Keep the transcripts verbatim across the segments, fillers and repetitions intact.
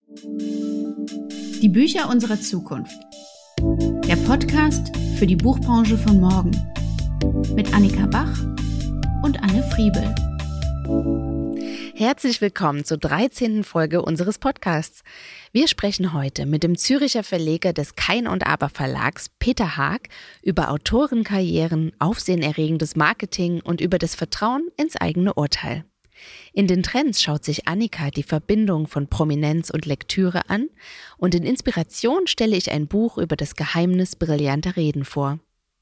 Die Bücher unserer Zukunft. Der Podcast für die Buchbranche von morgen. Mit Annika Bach und Anne Friebel. Herzlich willkommen zur dreizehnten Folge unseres Podcasts. Wir sprechen heute mit dem Züricher Verleger des Kein und Aber Verlags, Peter Haag, über Autorenkarrieren, aufsehenerregendes Marketing und über das Vertrauen ins eigene Urteil. In den Trends schaut sich Annika die Verbindung von Prominenz und Lektüre an und in Inspiration stelle ich ein Buch über das Geheimnis brillanter Reden vor.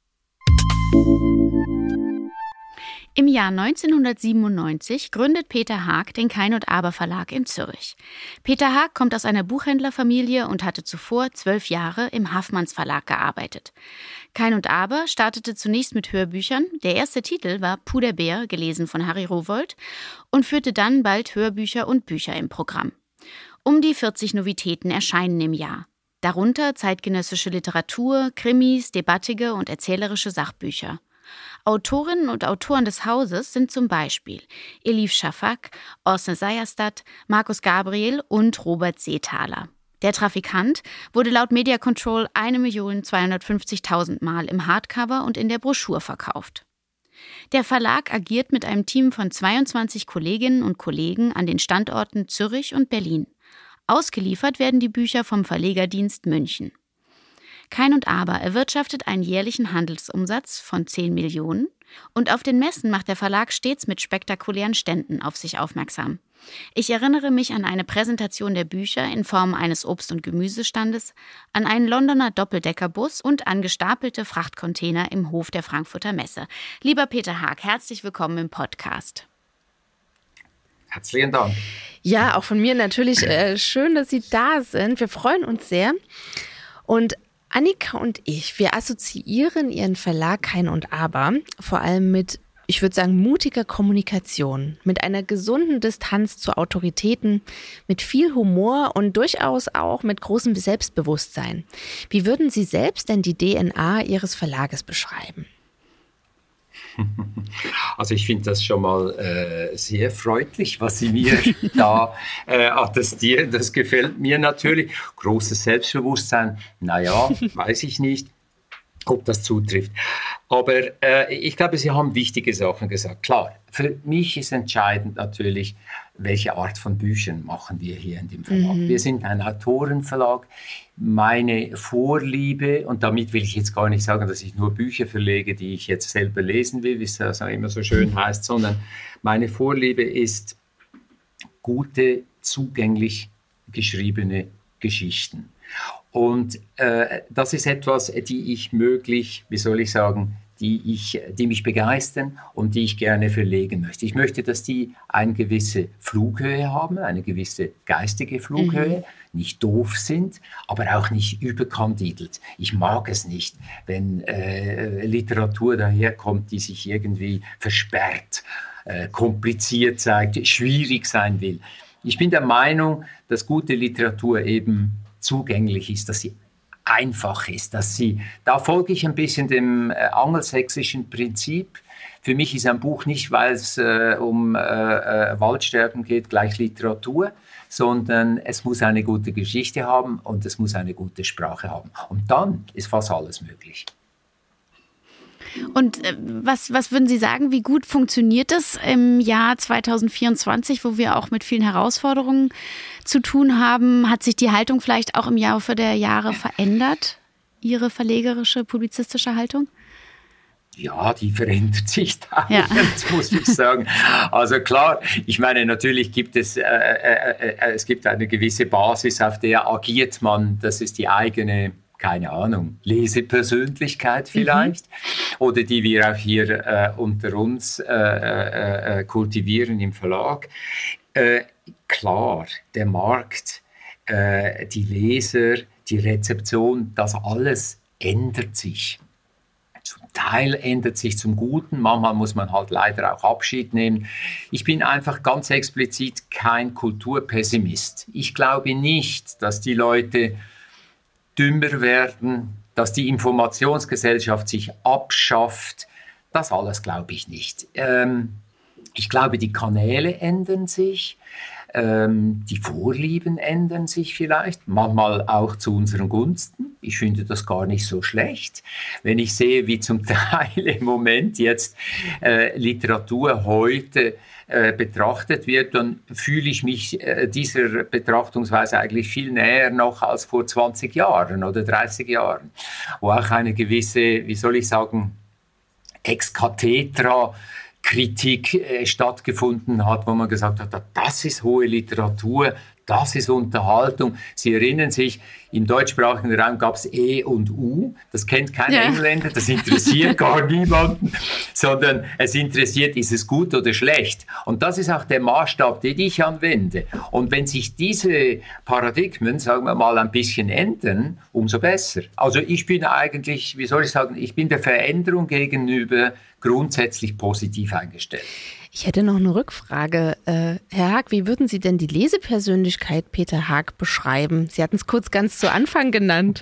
Im Jahr neunzehnhundertsiebenundneunzig gründet Peter Haag den Kein und Aber Verlag in Zürich. Peter Haag kommt aus einer Buchhändlerfamilie und hatte zuvor zwölf Jahre im Haffmanns Verlag gearbeitet. Kein und Aber startete zunächst mit Hörbüchern. Der erste Titel war Puderbär, gelesen von Harry Rowohlt, und führte dann bald Hörbücher und Bücher im Programm. Um die vierzig Novitäten erscheinen im Jahr. Darunter zeitgenössische Literatur, Krimis, debattige und erzählerische Sachbücher. Autorinnen und Autoren des Hauses sind zum Beispiel Elif Shafak, Orson Sayerstadt, Markus Gabriel und Robert Seethaler. Der Trafikant wurde laut Media Control eine Million zweihundertfünfzigtausend Mal im Hardcover und in der Broschur verkauft. Der Verlag agiert mit einem Team von zweiundzwanzig Kolleginnen und Kollegen an den Standorten Zürich und Berlin. Ausgeliefert werden die Bücher vom Verlegerdienst München. Kein und Aber erwirtschaftet einen jährlichen Handelsumsatz von zehn Millionen und auf den Messen macht der Verlag stets mit spektakulären Ständen auf sich aufmerksam. Ich erinnere mich an eine Präsentation der Bücher in Form eines Obst- und Gemüsestandes, an einen Londoner Doppeldeckerbus und an gestapelte Frachtcontainer im Hof der Frankfurter Messe. Lieber Peter Haag, herzlich willkommen im Podcast. Herzlichen Dank. Ja, auch von mir natürlich äh, schön, dass Sie da sind. Wir freuen uns sehr. Und Annika und ich, wir assoziieren Ihren Verlag Kein und Aber vor allem mit, ich würde sagen, mutiger Kommunikation, mit einer gesunden Distanz zu Autoritäten, mit viel Humor und durchaus auch mit großem Selbstbewusstsein. Wie würden Sie selbst denn die D N A Ihres Verlages beschreiben? Also ich finde das schon mal äh, sehr freundlich, was Sie mir da äh, attestieren. Das gefällt mir natürlich. Großes Selbstbewusstsein, naja, weiß ich nicht, ob das zutrifft. Aber äh, ich glaube, Sie haben wichtige Sachen gesagt. Klar, für mich ist entscheidend natürlich, welche Art von Büchern machen wir hier in dem Verlag. Mhm. Wir sind ein Autorenverlag. Meine Vorliebe, und damit will ich jetzt gar nicht sagen, dass ich nur Bücher verlege, die ich jetzt selber lesen will, wie es das auch immer so schön heißt, sondern meine Vorliebe ist gute, zugänglich geschriebene Geschichten. Und äh, das ist etwas, die ich möglich, wie soll ich sagen, die, ich, die mich begeistern und die ich gerne verlegen möchte. Ich möchte, dass die eine gewisse Flughöhe haben, eine gewisse geistige Flughöhe, mhm. nicht doof sind, aber auch nicht überkandidelt. Ich mag es nicht, wenn äh, Literatur daherkommt, die sich irgendwie versperrt, äh, kompliziert zeigt, schwierig sein will. Ich bin der Meinung, dass gute Literatur eben zugänglich ist, dass sie einfach ist, dass sie, da folge ich ein bisschen dem äh, angelsächsischen Prinzip. Für mich ist ein Buch nicht, weil es äh, um äh, äh, Waldsterben geht, gleich Literatur, sondern es muss eine gute Geschichte haben und es muss eine gute Sprache haben. Und dann ist fast alles möglich. Und äh, was, was würden Sie sagen, wie gut funktioniert das im Jahr zweitausendvierundzwanzig, wo wir auch mit vielen Herausforderungen zu tun haben? Hat sich die Haltung vielleicht auch im Laufe der Jahre verändert, Ihre verlegerische, publizistische Haltung? Ja, die verändert sich da, ja. muss ich sagen. Also klar, ich meine, natürlich gibt es, äh, äh, äh, es gibt eine gewisse Basis, auf der agiert man, das ist die eigene, keine Ahnung, Lesepersönlichkeit vielleicht, mhm. oder die wir auch hier äh, unter uns äh, äh, kultivieren im Verlag. Äh, klar, der Markt, äh, die Leser, die Rezeption, das alles ändert sich. Zum Teil ändert sich zum Guten, manchmal muss man halt leider auch Abschied nehmen. Ich bin einfach ganz explizit kein Kulturpessimist. Ich glaube nicht, dass die Leute dümmer werden, dass die Informationsgesellschaft sich abschafft. Das alles glaube ich nicht. Ähm, ich glaube, die Kanäle ändern sich. Ähm, die Vorlieben ändern sich vielleicht, manchmal auch zu unseren Gunsten. Ich finde das gar nicht so schlecht. Wenn ich sehe, wie zum Teil im Moment jetzt äh, Literatur heute äh, betrachtet wird, dann fühle ich mich äh, dieser Betrachtungsweise eigentlich viel näher noch als vor zwanzig Jahren oder dreißig Jahren, wo auch eine gewisse, wie soll ich sagen, ex cathedra Kritik äh, stattgefunden hat, wo man gesagt hat, das ist hohe Literatur, das ist Unterhaltung. Sie erinnern sich, im deutschsprachigen Raum gab es E und U. Das kennt kein ja. Engländer, das interessiert gar niemanden, sondern es interessiert, ist es gut oder schlecht. Und das ist auch der Maßstab, den ich anwende. Und wenn sich diese Paradigmen, sagen wir mal, ein bisschen ändern, umso besser. Also ich bin eigentlich, wie soll ich sagen, ich bin der Veränderung gegenüber grundsätzlich positiv eingestellt. Ich hätte noch eine Rückfrage. Äh, Herr Haag, wie würden Sie denn die Lesepersönlichkeit Peter Haag beschreiben? Sie hatten es kurz ganz zu Anfang genannt.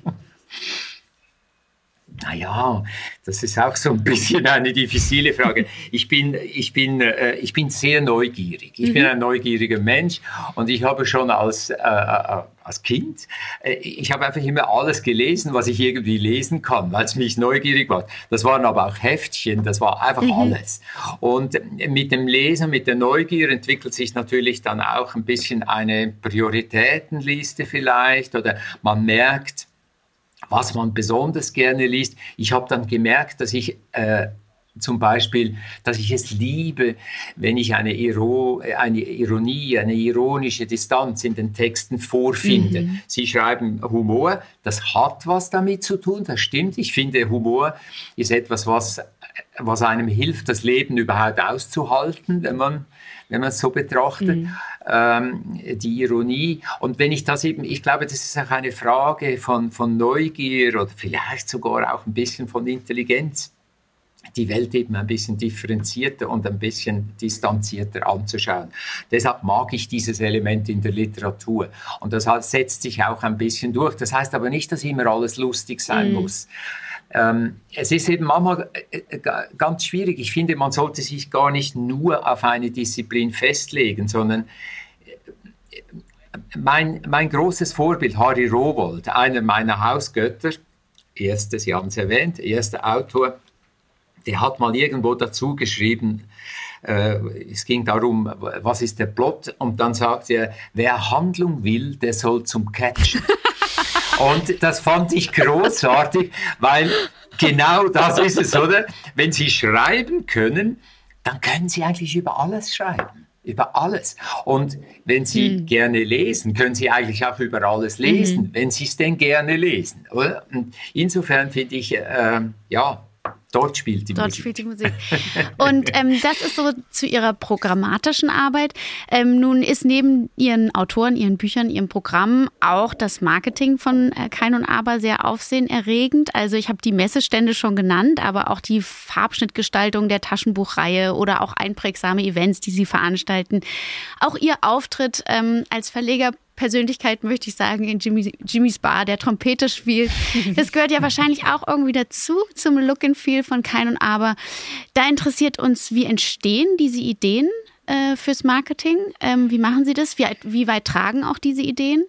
Naja, das ist auch so ein bisschen eine diffizile Frage. Ich bin, ich bin, äh, ich bin sehr neugierig. Ich mhm. bin ein neugieriger Mensch und ich habe schon als, äh, äh, als Kind, äh, ich habe einfach immer alles gelesen, was ich irgendwie lesen kann, weil es mich neugierig macht. Das waren aber auch Heftchen, das war einfach mhm. alles. Und mit dem Lesen, mit der Neugier entwickelt sich natürlich dann auch ein bisschen eine Prioritätenliste vielleicht oder man merkt, was man besonders gerne liest. Ich habe dann gemerkt, dass ich äh, zum Beispiel, dass ich es liebe, wenn ich eine, Iro- eine Ironie, eine ironische Distanz in den Texten vorfinde. Mhm. Sie schreiben Humor, das hat was damit zu tun, das stimmt. Ich finde, Humor ist etwas, was, was einem hilft, das Leben überhaupt auszuhalten, wenn man wenn man es so betrachtet, mhm. ähm, die Ironie. Und wenn ich das eben, ich glaube, das ist auch eine Frage von, von Neugier oder vielleicht sogar auch ein bisschen von Intelligenz, die Welt eben ein bisschen differenzierter und ein bisschen distanzierter anzuschauen. Deshalb mag ich dieses Element in der Literatur. Und das setzt sich auch ein bisschen durch. Das heißt aber nicht, dass immer alles lustig sein mhm. muss. Ähm, es ist eben manchmal äh, ganz schwierig. Ich finde, man sollte sich gar nicht nur auf eine Disziplin festlegen, sondern äh, mein, mein großes Vorbild, Harry Rowohlt, einer meiner Hausgötter, erster, Sie haben es erwähnt, erster Autor, der hat mal irgendwo dazu geschrieben, äh, es ging darum, was ist der Plot? Und dann sagt er, wer Handlung will, der soll zum Catchen. Und das fand ich großartig, weil genau das ist es, oder? Wenn Sie schreiben können, dann können Sie eigentlich über alles schreiben. Über alles. Und wenn Sie mhm. gerne lesen, können Sie eigentlich auch über alles lesen, mhm. wenn Sie es denn gerne lesen. Oder? Und insofern finde ich, äh, ja, dort spielt die Dort Musik. spielt die Musik. Und ähm, das ist so zu Ihrer programmatischen Arbeit. Ähm, nun ist neben Ihren Autoren, Ihren Büchern, Ihrem Programm auch das Marketing von äh, Kein und Aber sehr aufsehenerregend. Also ich habe die Messestände schon genannt, aber auch die Farbschnittgestaltung der Taschenbuchreihe oder auch einprägsame Events, die Sie veranstalten. Auch Ihr Auftritt ähm, als Verleger Persönlichkeit, möchte ich sagen, in Jimmy, Jimmys Bar, der Trompete spielt. Das gehört ja wahrscheinlich auch irgendwie dazu, zum Look and Feel von Kein und Aber. Da interessiert uns, wie entstehen diese Ideen äh, fürs Marketing? Ähm, wie machen Sie das? Wie, wie weit tragen auch diese Ideen?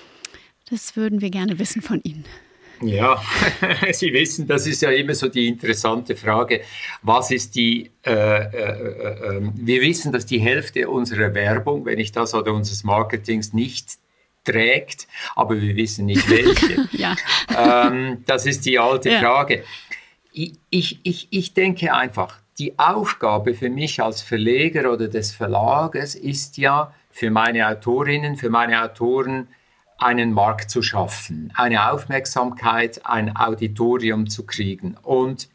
Das würden wir gerne wissen von Ihnen. Ja, Sie wissen, das ist ja immer so die interessante Frage. Was ist die, äh, äh, äh, wir wissen, dass die Hälfte unserer Werbung, wenn ich das oder unseres Marketings nicht trägt, aber wir wissen nicht welche. ja. ähm, das ist die alte ja. Frage. Ich, ich, ich, ich denke einfach, die Aufgabe für mich als Verleger oder des Verlages ist ja für meine Autorinnen, für meine Autoren, einen Markt zu schaffen, eine Aufmerksamkeit, ein Auditorium zu kriegen. Und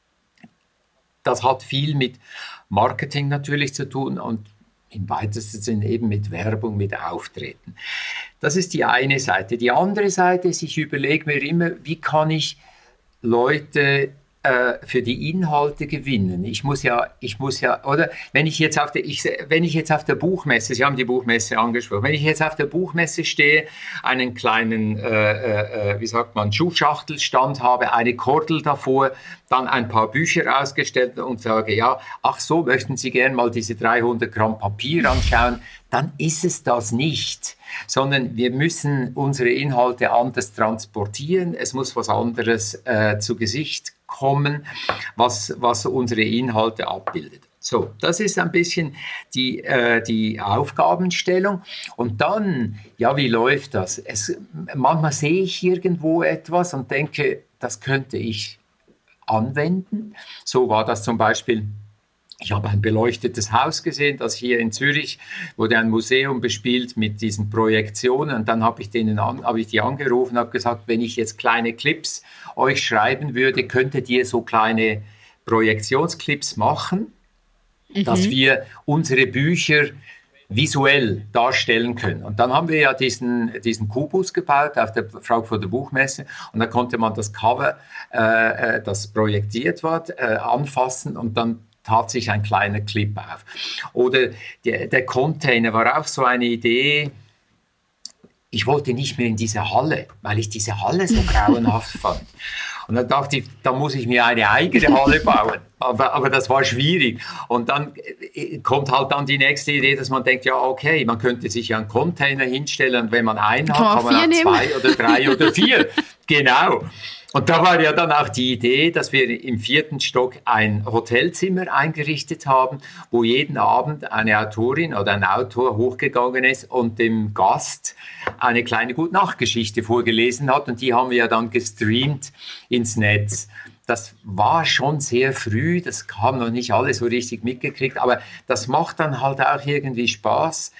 das hat viel mit Marketing natürlich zu tun und im weitesten Sinne eben mit Werbung, mit Auftreten. Das ist die eine Seite. Die andere Seite ist, ich überlege mir immer, wie kann ich Leute äh, für die Inhalte gewinnen. Ich muss ja, ich muss ja, oder wenn ich jetzt auf der, ich, wenn ich jetzt auf der Buchmesse, Sie haben die Buchmesse angesprochen, wenn ich jetzt auf der Buchmesse stehe, einen kleinen, äh, äh, wie sagt man, Schuhschachtelstand habe, eine Kordel davor, dann ein paar Bücher ausgestellt und sage, ja, ach so, möchten Sie gern mal diese dreihundert Gramm Papier anschauen, dann ist es das nicht, sondern wir müssen unsere Inhalte anders transportieren. Es muss was anderes äh, zu Gesicht kommen, was, was unsere Inhalte abbildet. So, das ist ein bisschen die, äh, die Aufgabenstellung. Und dann, ja, wie läuft das? Es, manchmal sehe ich irgendwo etwas und denke, das könnte ich anwenden. So war das zum Beispiel. Ich habe ein beleuchtetes Haus gesehen, das hier in Zürich wurde ein Museum bespielt mit diesen Projektionen. Und dann habe ich, denen an, habe ich die angerufen und habe gesagt, wenn ich jetzt kleine Clips euch schreiben würde, könntet ihr so kleine Projektionsclips machen, mhm. dass wir unsere Bücher visuell darstellen können. Und dann haben wir ja diesen, diesen Kubus gebaut auf der Frankfurter Buchmesse und da konnte man das Cover, äh, das projektiert war, äh, anfassen und dann tat sich ein kleiner Clip auf. Oder der, der Container war auch so eine Idee. Ich wollte nicht mehr in diese Halle, weil ich diese Halle so grauenhaft fand. Und dann dachte ich, da muss ich mir eine eigene Halle bauen. Aber, aber das war schwierig. Und dann kommt halt dann die nächste Idee, dass man denkt, ja okay, man könnte sich ja einen Container hinstellen und wenn man einen hat, kann man auch nehmen. zwei oder drei oder vier. Genau. Und da war ja dann auch die Idee, dass wir im vierten Stock ein Hotelzimmer eingerichtet haben, wo jeden Abend eine Autorin oder ein Autor hochgegangen ist und dem Gast eine kleine Gute-Nacht-Geschichte vorgelesen hat. Und die haben wir ja dann gestreamt ins Netz. Das war schon sehr früh, das haben noch nicht alle so richtig mitgekriegt, aber das macht dann halt auch irgendwie Spaß,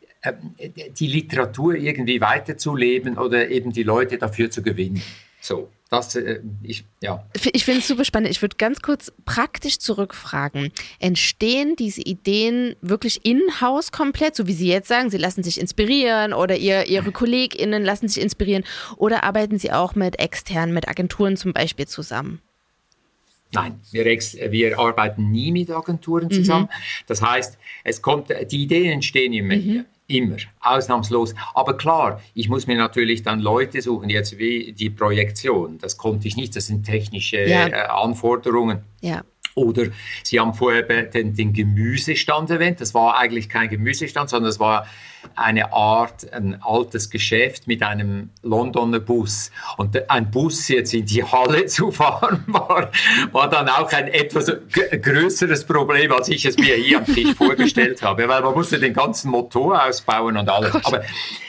die Literatur irgendwie weiterzuleben oder eben die Leute dafür zu gewinnen. So. Das, äh, ich ja. ich finde es super spannend. Ich würde ganz kurz praktisch zurückfragen. Entstehen diese Ideen wirklich in-house komplett, so wie Sie jetzt sagen, Sie lassen sich inspirieren oder ihr, Ihre KollegInnen lassen sich inspirieren oder arbeiten Sie auch mit externen, mit Agenturen zum Beispiel zusammen? Nein, wir, ex- wir arbeiten nie mit Agenturen zusammen. Mhm. Das heißt, es kommt, die Ideen entstehen immer hier. Mhm. Immer, ausnahmslos. Aber klar, ich muss mir natürlich dann Leute suchen, jetzt wie die Projektion. Das konnte ich nicht, das sind technische ja. äh, Anforderungen. Ja. Oder Sie haben vorher den, den Gemüsestand erwähnt. Das war eigentlich kein Gemüsestand, sondern es war eine Art, ein altes Geschäft mit einem Londoner Bus. Und ein Bus jetzt in die Halle zu fahren, war, war dann auch ein etwas g- größeres Problem, als ich es mir hier am Tisch vorgestellt habe. Weil man musste den ganzen Motor ausbauen und alles. Aber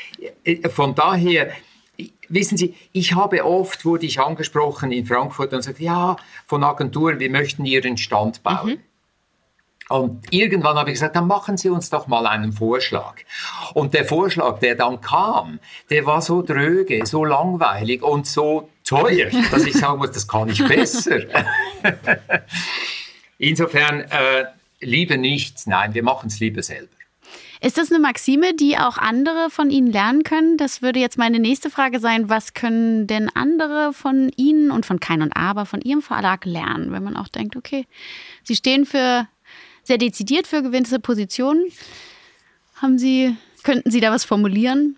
von daher... Wissen Sie, ich habe oft, wurde ich angesprochen in Frankfurt und sagte, ja, von Agenturen, wir möchten Ihren Stand bauen. Mhm. Und irgendwann habe ich gesagt, dann machen Sie uns doch mal einen Vorschlag. Und der Vorschlag, der dann kam, der war so dröge, so langweilig und so teuer, dass ich sagen muss, das kann ich besser. Insofern, äh, lieber nicht, nein, wir machen es lieber selber. Ist das eine Maxime, die auch andere von Ihnen lernen können? Das würde jetzt meine nächste Frage sein. Was können denn andere von Ihnen und von Kein und Aber, von Ihrem Verlag lernen? Wenn man auch denkt, okay, Sie stehen für sehr dezidiert für gewisse Positionen. Haben Sie, könnten Sie da was formulieren?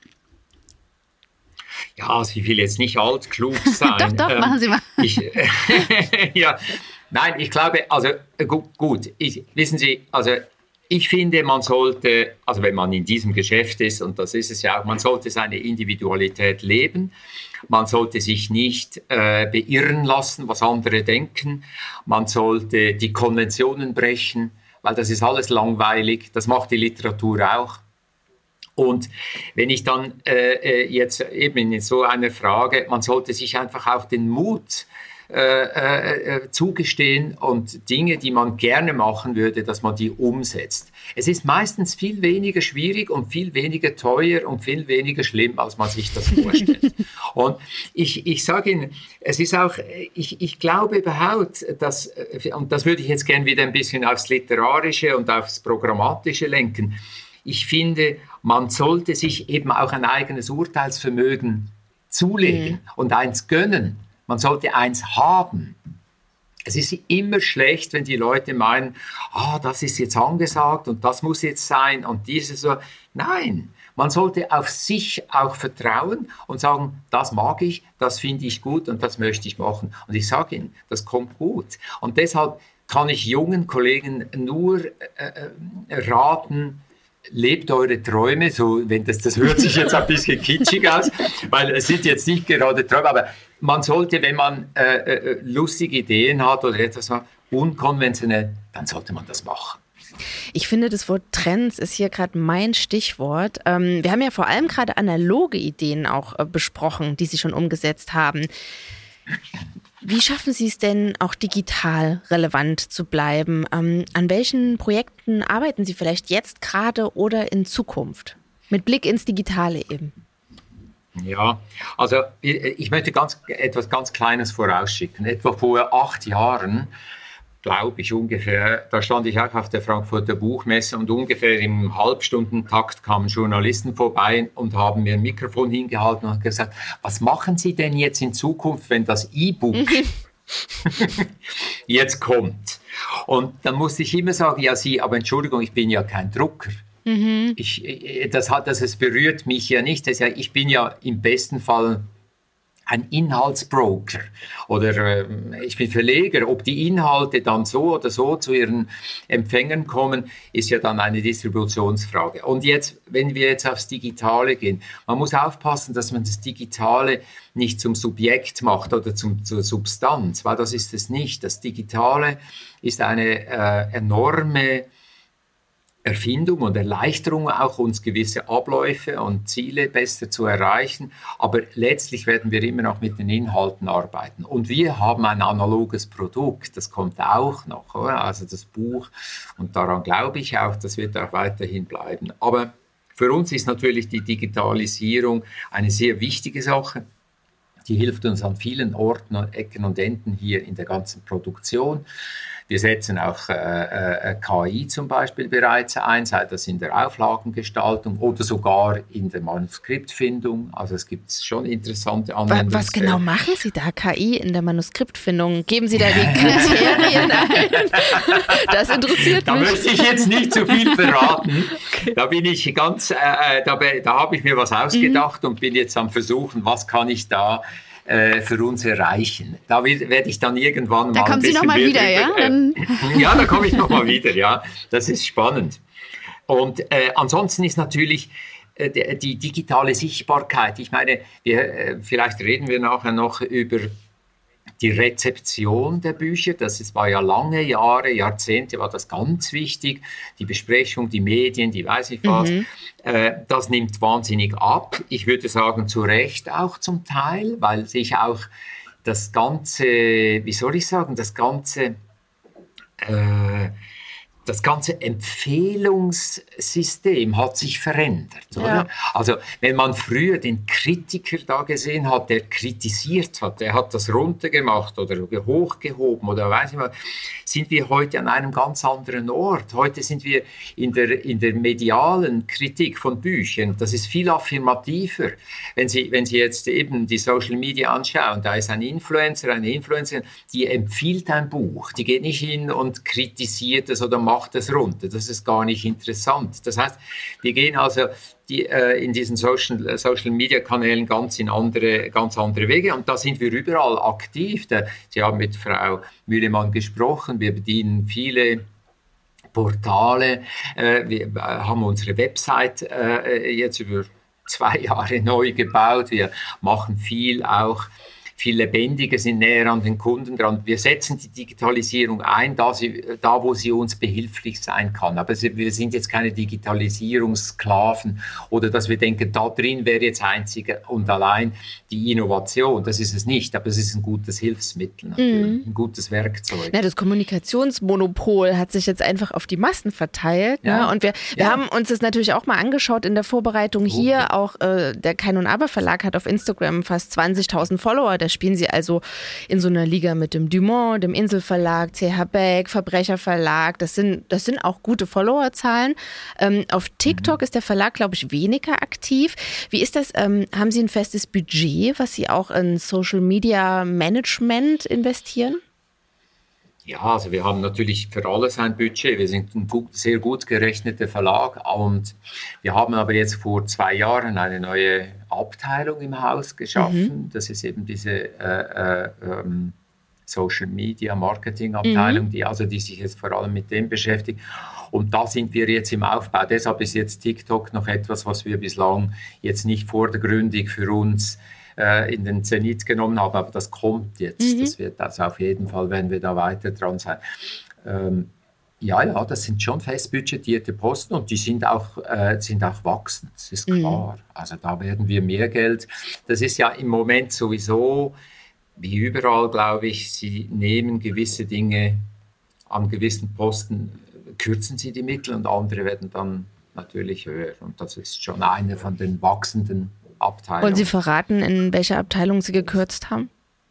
Ja, also ich will jetzt nicht altklug sein. doch, doch, ähm, machen Sie mal. Ich, ja, nein, ich glaube, also gut, gut ich, wissen Sie, also ich finde, man sollte, also wenn man in diesem Geschäft ist, und das ist es ja auch, man sollte seine Individualität leben. Man sollte sich nicht äh, beirren lassen, was andere denken. Man sollte die Konventionen brechen, weil das ist alles langweilig. Das macht die Literatur auch. Und wenn ich dann äh, jetzt eben in so einer Frage, man sollte sich einfach auch den Mut Äh, äh, zugestehen und Dinge, die man gerne machen würde, dass man die umsetzt. Es ist meistens viel weniger schwierig und viel weniger teuer und viel weniger schlimm, als man sich das vorstellt. Und ich, ich sage Ihnen, es ist auch, ich, ich glaube überhaupt, dass, und das würde ich jetzt gerne wieder ein bisschen aufs Literarische und aufs Programmatische lenken, ich finde, man sollte sich eben auch ein eigenes Urteilsvermögen zulegen mhm. und eins gönnen. Man sollte eins haben. Es ist immer schlecht, wenn die Leute meinen, ah, das ist jetzt angesagt und das muss jetzt sein und dieses so. Nein, man sollte auf sich auch vertrauen und sagen, das mag ich, das finde ich gut und das möchte ich machen. Und ich sage Ihnen, das kommt gut. Und deshalb kann ich jungen Kollegen nur äh, raten, lebt eure Träume, so, wenn das, das hört sich jetzt ein bisschen kitschig aus, weil es sind jetzt nicht gerade Träume, aber man sollte, wenn man äh, äh, lustige Ideen hat oder etwas unkonventionell, dann sollte man das machen. Ich finde, das Wort Trends ist hier gerade mein Stichwort. Ähm, wir haben ja vor allem gerade analoge Ideen auch äh, besprochen, die Sie schon umgesetzt haben. Wie schaffen Sie es denn, auch digital relevant zu bleiben? Ähm, an welchen Projekten arbeiten Sie vielleicht jetzt gerade oder in Zukunft? Mit Blick ins Digitale eben. Ja, also ich, ich möchte ganz, etwas ganz Kleines vorausschicken. Etwa vor acht Jahren, glaube ich ungefähr, da stand ich auch auf der Frankfurter Buchmesse und ungefähr im Halbstundentakt kamen Journalisten vorbei und haben mir ein Mikrofon hingehalten und gesagt, was machen Sie denn jetzt in Zukunft, wenn das E-Book jetzt kommt? Und dann musste ich immer sagen, ja Sie, aber Entschuldigung, ich bin ja kein Drucker. Mhm. Ich, das, hat, das, das berührt mich ja nicht. Das ja, ich bin ja im besten Fall ein Inhaltsbroker oder äh, ich bin Verleger. Ob die Inhalte dann so oder so zu ihren Empfängern kommen, ist ja dann eine Distributionsfrage. Und jetzt, wenn wir jetzt aufs Digitale gehen, man muss aufpassen, dass man das Digitale nicht zum Subjekt macht oder zum, zur Substanz, weil das ist es nicht. Das Digitale ist eine äh, enorme Erfindung und Erleichterung, auch uns gewisse Abläufe und Ziele besser zu erreichen. Aber letztlich werden wir immer noch mit den Inhalten arbeiten. Und wir haben ein analoges Produkt, das kommt auch noch, oder? Also das Buch. Und daran glaube ich auch, das wird auch weiterhin bleiben. Aber für uns ist natürlich die Digitalisierung eine sehr wichtige Sache. Die hilft uns an vielen Orten, Ecken und Enden hier in der ganzen Produktion. Wir setzen auch äh, äh, K I zum Beispiel bereits ein, sei das in der Auflagengestaltung oder sogar in der Manuskriptfindung. Also es gibt schon interessante Anwendungen. Was genau machen Sie da, K I in der Manuskriptfindung? Geben Sie da die Kriterien ein? Das interessiert da mich. Da möchte ich jetzt nicht zu viel verraten. Okay. Da bin ich ganz, äh, da, da habe ich mir was ausgedacht mhm. und bin jetzt am Versuchen, was kann ich da für uns erreichen. Da werde ich dann irgendwann da mal kommen Sie noch mal wieder, ja? Äh, ja, da komme ich noch mal wieder, ja. Das ist spannend. Und äh, ansonsten ist natürlich äh, die, die digitale Sichtbarkeit. Ich meine, wir, äh, vielleicht reden wir nachher noch über die Rezeption der Bücher. Das ist, war ja lange Jahre, Jahrzehnte war das ganz wichtig. Die Besprechung, die Medien, die weiß ich was. Mhm. Äh, das nimmt wahnsinnig ab. Ich würde sagen, zu Recht auch zum Teil, weil sich auch das ganze, wie soll ich sagen, das ganze, äh, das ganze Empfehlungssystem hat sich verändert. Oder? Ja. Also wenn man früher den Kritiker da gesehen hat, der kritisiert hat, der hat das runtergemacht oder hochgehoben oder weiß ich mal, sind wir heute an einem ganz anderen Ort. Heute sind wir in der, in der medialen Kritik von Büchern. Das ist viel affirmativer. Wenn Sie, wenn Sie jetzt eben die Social Media anschauen, da ist ein Influencer, eine Influencerin, die empfiehlt ein Buch. Die geht nicht hin und kritisiert es oder macht es runter. Das ist gar nicht interessant. Das heißt, wir gehen also die, äh, in diesen Social, Social Media Kanälen ganz in andere, ganz andere Wege und da sind wir überall aktiv. Da, Sie haben mit Frau Mühlemann gesprochen. Wir bedienen viele Portale. Äh, wir haben unsere Website äh, jetzt über zwei Jahre neu gebaut. Wir machen viel auch viel lebendiger, sind näher an den Kunden dran. Wir setzen die Digitalisierung ein, da, sie, da wo sie uns behilflich sein kann. Aber wir sind jetzt keine Digitalisierungssklaven oder dass wir denken, da drin wäre jetzt einzig und allein die Innovation. Das ist es nicht, aber es ist ein gutes Hilfsmittel natürlich, mm. ein gutes Werkzeug. Ja, das Kommunikationsmonopol hat sich jetzt einfach auf die Massen verteilt. Ja. Ne? Und wir, wir ja. haben uns das natürlich auch mal angeschaut in der Vorbereitung hier. Okay. Auch äh, der Kein und Aber Verlag hat auf Instagram fast zwanzigtausend Follower. Da spielen sie also in so einer Liga mit dem Dumont, dem Inselverlag, C H Beck, Verbrecherverlag. Das sind, das sind auch gute Followerzahlen. Ähm, auf TikTok mhm. ist der Verlag, glaube ich, weniger aktiv. Wie ist das? Ähm, haben Sie ein festes Budget, was Sie auch in Social Media Management investieren? Ja, also wir haben natürlich für alles ein Budget. Wir sind ein gut, sehr gut gerechneter Verlag und wir haben aber jetzt vor zwei Jahren eine neue Abteilung im Haus geschaffen. Mhm. Das ist eben diese äh, äh, ähm, Social Media Marketing Abteilung, mhm. die also die sich jetzt vor allem mit dem beschäftigt. Und da sind wir jetzt im Aufbau. Deshalb ist jetzt TikTok noch etwas, was wir bislang jetzt nicht vordergründig für uns in den Zenit genommen haben, aber das kommt jetzt. Mhm. Das wird also auf jeden Fall, wenn wir da weiter dran sein. Ähm, ja, ja, das sind schon fest budgetierte Posten und die sind auch, äh, sind auch wachsend, das ist klar. Mhm. Also da werden wir mehr Geld. Das ist ja im Moment sowieso, wie überall, glaube ich, sie nehmen gewisse Dinge an gewissen Posten, kürzen sie die Mittel und andere werden dann natürlich höher. Und das ist schon eine von den wachsenden Abteilung. Wollen Sie verraten, in welcher Abteilung Sie gekürzt haben?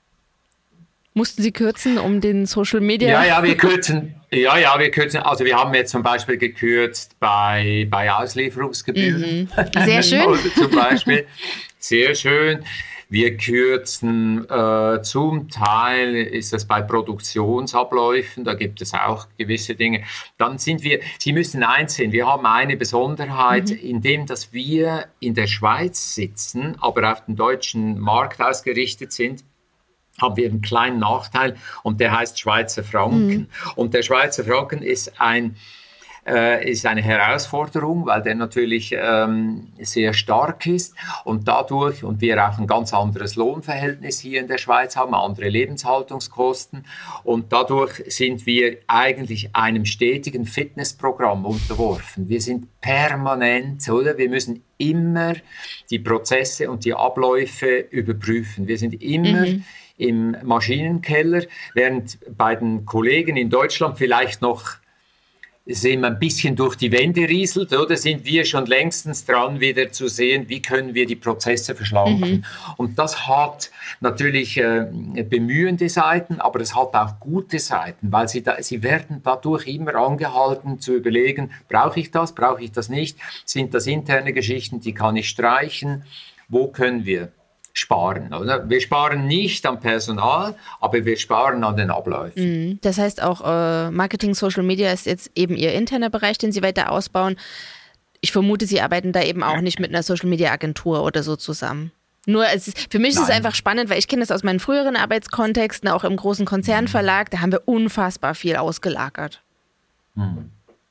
Mussten Sie kürzen, um den Social Media? Ja, ja, wir kürzen. Ja, ja, wir kürzen. Also wir haben jetzt zum Beispiel gekürzt bei, bei Auslieferungsgebühren. Mhm. Sehr schön. Zum Beispiel. Sehr schön. Wir kürzen äh, zum Teil, ist das bei Produktionsabläufen, da gibt es auch gewisse Dinge. Dann sind wir, Sie müssen einsehen, wir haben eine Besonderheit, mhm. in dem, dass wir in der Schweiz sitzen, aber auf den deutschen Markt ausgerichtet sind, haben wir einen kleinen Nachteil und der heißt Schweizer Franken. Mhm. Und der Schweizer Franken ist ein Äh, ist eine Herausforderung, weil der natürlich ähm, sehr stark ist und dadurch, und wir auch ein ganz anderes Lohnverhältnis hier in der Schweiz haben, andere Lebenshaltungskosten und dadurch sind wir eigentlich einem stetigen Fitnessprogramm unterworfen. Wir sind permanent, oder? Wir müssen immer die Prozesse und die Abläufe überprüfen. Wir sind immer mhm. im Maschinenkeller, während bei den Kollegen in Deutschland vielleicht noch sind wir ein bisschen durch die Wände rieselt, oder sind wir schon längstens dran, wieder zu sehen, wie können wir die Prozesse verschlanken. Mhm. Und das hat natürlich äh, bemühende Seiten, aber es hat auch gute Seiten, weil sie, da, sie werden dadurch immer angehalten zu überlegen, brauche ich das, brauche ich das nicht, sind das interne Geschichten, die kann ich streichen, wo können wir sparen, oder? Wir sparen nicht am Personal, aber wir sparen an den Abläufen. Das heißt auch, äh, Marketing, Social Media ist jetzt eben Ihr interner Bereich, den Sie weiter ausbauen. Ich vermute, Sie arbeiten da eben auch nicht mit einer Social Media Agentur oder so zusammen. Nur, es ist, für mich Nein. ist es einfach spannend, weil ich kenne das aus meinen früheren Arbeitskontexten, auch im großen Konzernverlag, da haben wir unfassbar viel ausgelagert. Hm.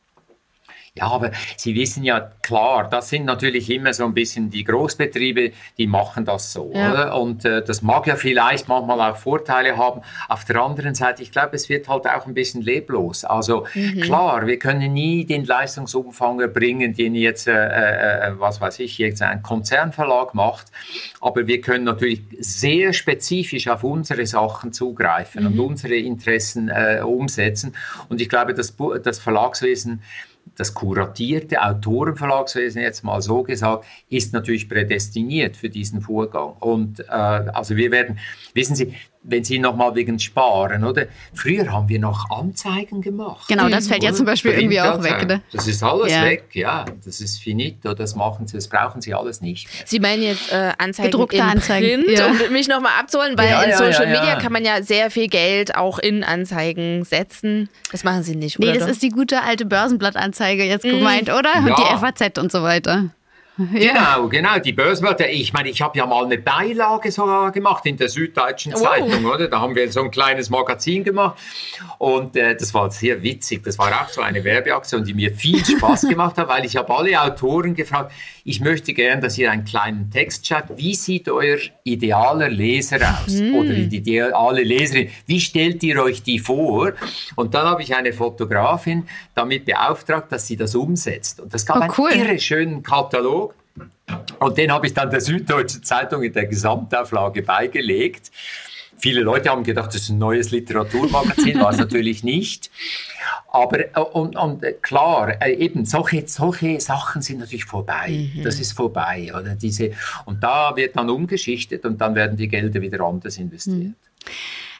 Ja, aber Sie wissen ja, klar, das sind natürlich immer so ein bisschen die Großbetriebe, die machen das so, ja. oder? Und äh, das mag ja vielleicht manchmal auch Vorteile haben. Auf der anderen Seite, ich glaube, es wird halt auch ein bisschen leblos. Also mhm. klar, wir können nie den Leistungsumfang erbringen, den jetzt, äh, äh, was weiß ich, jetzt ein Konzernverlag macht. Aber wir können natürlich sehr spezifisch auf unsere Sachen zugreifen mhm. und unsere Interessen äh, umsetzen. Und ich glaube, das, das Verlagswesen, das kuratierte Autorenverlagswesen, jetzt mal so gesagt, ist natürlich prädestiniert für diesen Vorgang. Und äh, also wir werden, wissen Sie, wenn Sie nochmal wegen Sparen, oder? Früher haben wir noch Anzeigen gemacht. Genau, das fällt ja zum Beispiel irgendwie auch weg, oder? Das ist alles ja. weg, ja. Das ist finito, das machen Sie, das brauchen Sie alles nicht mehr. Sie meinen jetzt äh, Anzeigen gedruckte in Anzeigen, Print, ja. um mich nochmal abzuholen, weil ja, in ja, Social ja, ja. Media kann man ja sehr viel Geld auch in Anzeigen setzen. Das machen Sie nicht, oder? Nee, das doch? ist die gute alte Börsenblattanzeige jetzt gemeint, mhm. oder? Ja. Und die F A Z und so weiter. Ja. Genau, genau, die Börsenblätter. Ich meine, ich habe ja mal eine Beilage sogar gemacht in der Süddeutschen oh. Zeitung, oder? Da haben wir so ein kleines Magazin gemacht und äh, das war sehr witzig. Das war auch so eine Werbeaktion, die mir viel Spaß gemacht hat, weil ich habe alle Autoren gefragt, ich möchte gern, dass ihr einen kleinen Text schreibt. Wie sieht euer idealer Leser aus? Mm. Oder die ideale Leserin? Wie stellt ihr euch die vor? Und dann habe ich eine Fotografin damit beauftragt, dass sie das umsetzt. Und das gab oh, cool. einen irre schönen Katalog. Und den habe ich dann der Süddeutschen Zeitung in der Gesamtauflage beigelegt. Viele Leute haben gedacht, das ist ein neues Literaturmagazin, war es natürlich nicht. Aber und, und klar, eben solche, solche Sachen sind natürlich vorbei. Mhm. Das ist vorbei, oder? Diese, und da wird dann umgeschichtet und dann werden die Gelder wieder anders investiert. Mhm.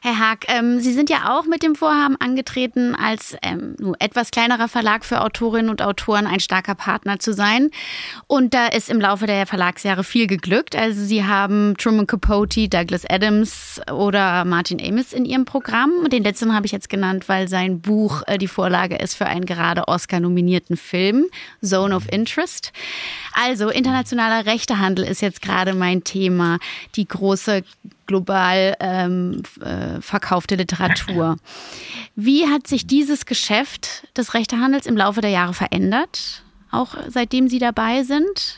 Herr Haag, ähm, Sie sind ja auch mit dem Vorhaben angetreten, als ähm, nur etwas kleinerer Verlag für Autorinnen und Autoren ein starker Partner zu sein. Und da ist im Laufe der Verlagsjahre viel geglückt. Also Sie haben Truman Capote, Douglas Adams oder Martin Amis in Ihrem Programm. Und den letzten habe ich jetzt genannt, weil sein Buch äh, die Vorlage ist für einen gerade Oscar-nominierten Film, Zone of Interest. Also internationaler Rechtehandel ist jetzt gerade mein Thema, die große global ähm, äh, verkaufte Literatur. Wie hat sich dieses Geschäft des Rechtehandels im Laufe der Jahre verändert, auch seitdem Sie dabei sind?